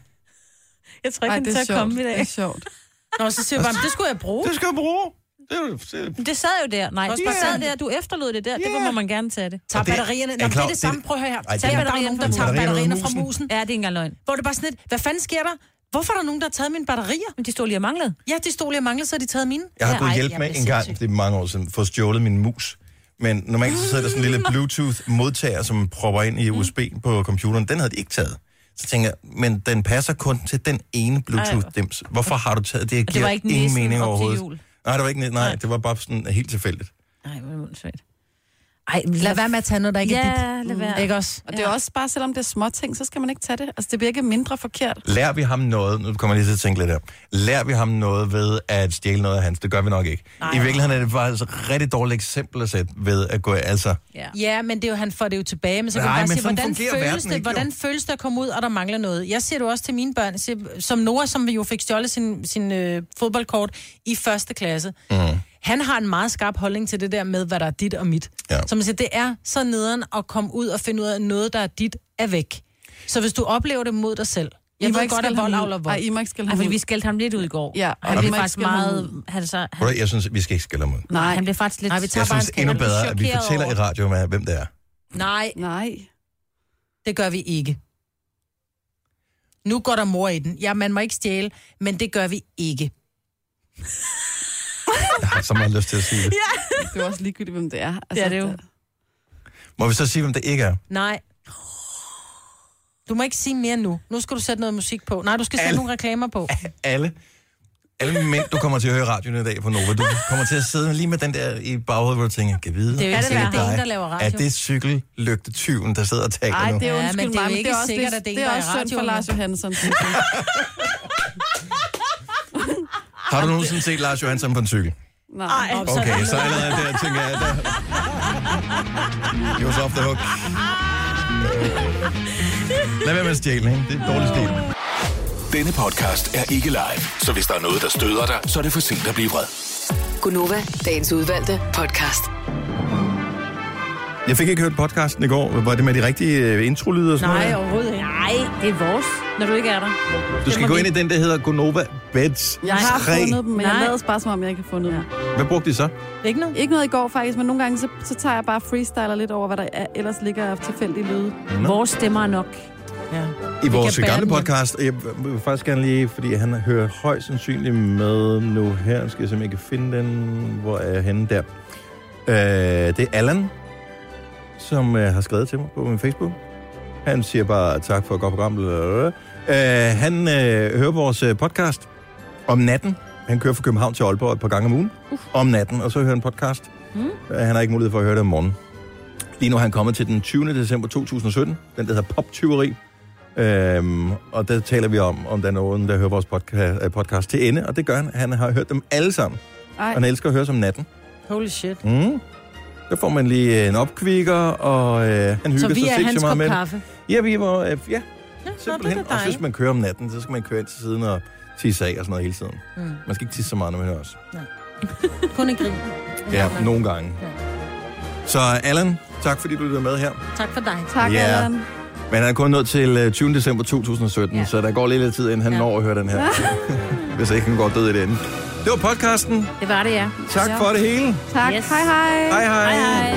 Jeg tror ikke, Ej, han det er til at sjovt. komme i dag. Det er sjovt. Nå, så siger jeg bare, "Men det skulle jeg bruge. Det skal jeg bruge. Det, er jo- det, Men det sad jo der. Nej, Også det bare sad sådan- der. Du efterlod det der. Det Ja. må man gerne tage det. Tag Og det- batterierne. er Nå, det klar- er det samme. det- Prøv at høre her. Ej, Tag det- batterierne, der tager Batterierne batterierne ud af fra musen. musen. Ja, det er ikke engang løgn. Hvor det bare sådan lidt, hvad fanden sker der? Hvorfor er der nogen, der har taget mine batterier? Men de stod lige og manglede. Ja, de stod lige og manglede, så har de taget mine. Jeg har Ja, gået ej, hjælp jeg med bliver en gang, sindssyg. det er mange år siden, for at stjålet min mus. Men normalt så sidder der sådan en lille Bluetooth-modtager, som propper ind i U S B på computeren. Den havde de ikke taget. Så tænker jeg, men den passer kun til den ene Bluetooth-dims. Hvorfor har du taget det? Det det giver var ikke ingen næsen mening op til overhovedet. jul. Nej, det var ikke næ- nej, det var bare sådan helt tilfældigt. Nej, hvor er det mundsvagt. Ej, Lad være med at tage noget, der ikke ja, er dit. lad være. Ikke også? Og det er også bare, selvom det er små ting, så skal man ikke tage det. Altså, det bliver ikke mindre forkert. Lærer vi ham noget, nu kommer jeg lige til at tænke lidt her, lærer vi ham noget ved at stjæle noget af hans? Det gør vi nok ikke. Nej. I virkeligheden er det faktisk et rigtig dårligt eksempel at sætte ved at gå, altså... Ja. ja, men det er jo, han får det jo tilbage, men så kan Nej, man bare men sige, sådan hvordan fungerer føles verden det, ikke, jo. hvordan føles det at komme ud, og der mangler noget? Jeg siger det jo også til mine børn, jeg siger, som Nora, som vi jo fik stjålet sin, sin øh, fodboldkort i første klasse. Mm. Han har en meget skarp holdning til det der med, hvad der er dit og mit. Ja. Så man siger, det er så nederen at komme ud og finde ud af, at noget, der er dit, er væk. Så hvis du oplever det mod dig selv, jeg ved godt, at vold avler vold. Ej, I må ikke skælde Ej, ham fordi ud. vi skældte ham lidt ud i går. Ja, han og blev vi må faktisk ikke skælde ham meget... Han, så, han, Prøv, jeg synes, vi skal ikke skælde ham ud. nej, han blev faktisk lidt... Nej, vi tager Jeg bare synes en endnu skæld. bedre, at vi Chokeret fortæller i over. radio med, hvem det er. Nej, Nej. det gør vi ikke. Nu går der mor i den. Ja, man må ikke stjæle, men det gør vi ikke. Jeg har så meget lyst til at sige det. Ja. Det er også ligegyldigt, hvem det er. Altså, det er det jo. Må vi så sige, hvem det ikke er? Nej. Du må ikke sige mere nu. Nu skal du sætte noget musik på. Nej, du skal sætte Alle- nogle reklamer på. Alle, alle mænd, du kommer til at høre i radioen i dag på Nova, du kommer til at sidde lige med den der i baghovedet, hvor du tænker, kan vide, Det er jo er ikke sikkert, det er en, dig? der laver radio. Er det cykellygtetyven, der sidder og taler Ej, nu? det er Ja, undskyld men det er jo mig, men ikke det er også, sikkert, det, at det er det en, er der er også i synd for radioen. Lars Johansson. synes jeg. Har du nogensinde set Lars Johansson på en cykel? Nej. Okay, så allerede der tænker jeg, der... He was off the hook. Lad være med at stjæle, ikke? Det er dårlig stil. Denne podcast er ikke live, så hvis der er noget, der støder dig, så er det for sent at blive vred. Gunova, dagens udvalgte podcast. Jeg fik ikke hørt podcasten i går. Var det med de rigtige øh, introlyder og sådan Nej, noget? overhovedet ikke. Nej, det er vores, når du ikke er der. Du skal gå ind i den, der hedder Gonova Beds Jeg har tre. fundet dem, men jeg Nej. lader bare som om, jeg ikke har fundet dem. Hvad brugte de så? Ikke noget? Ikke noget i går faktisk, men nogle gange så, så tager jeg bare freestyler lidt over, hvad der er, ellers ligger af tilfældige lyde. Nå. Vores stemmer er nok. Ja. I vores kan bære gamle den hjem. podcast, jeg vil faktisk gerne lige, fordi han hører højst sandsynligt med nu her, skal jeg simpelthen ikke finde den, hvor er jeg henne der. Øh, det er Allan, som øh, har skrevet til mig på min Facebook. Han siger bare tak for et godt program. Øh, han øh, hører vores øh, podcast om natten. Han kører fra København til Aalborg et par gange om ugen. Uh. Om natten, og så hører han podcast. Mm. Han har ikke mulighed for at høre det om morgenen. Lige nu er han kommet til den tyvende december to tusind og sytten. Den, der hedder Poptyveri. Øhm, og der taler vi om, om der er nogen, der hører vores podcast, podcast til ende. Og det gør han. Han har hørt dem alle sammen. Ej. Og han elsker at høre som natten. Holy shit. Mm. Der får man lige en opkvikker, og øh, han hygger Så vi sig er hans sindssygt meget kop med det. kaffe. Ja, vi var... Øh, ja, Ja, simpelthen. nå, det er Og hvis dejligt. man kører om natten, så skal man køre ind til siden og tisse af og sådan noget hele tiden. Mm. Man skal ikke tisse så meget, når man hører os. Kun en grin. Ja, nogle gange. Så Allan, tak fordi du lyttede med her. Tak for dig. Tak, Ja. Allan. Men han er kun nået til øh, tyvende december to tusind og sytten, ja. Så der går lige lidt tid, inden han ja. når at høre den her. Hvis ikke han går død i det ende. Det var podcasten. Det var det, ja. Tak for det hele. Tak. Yes. Hej hej. Hej hej. Hej hej.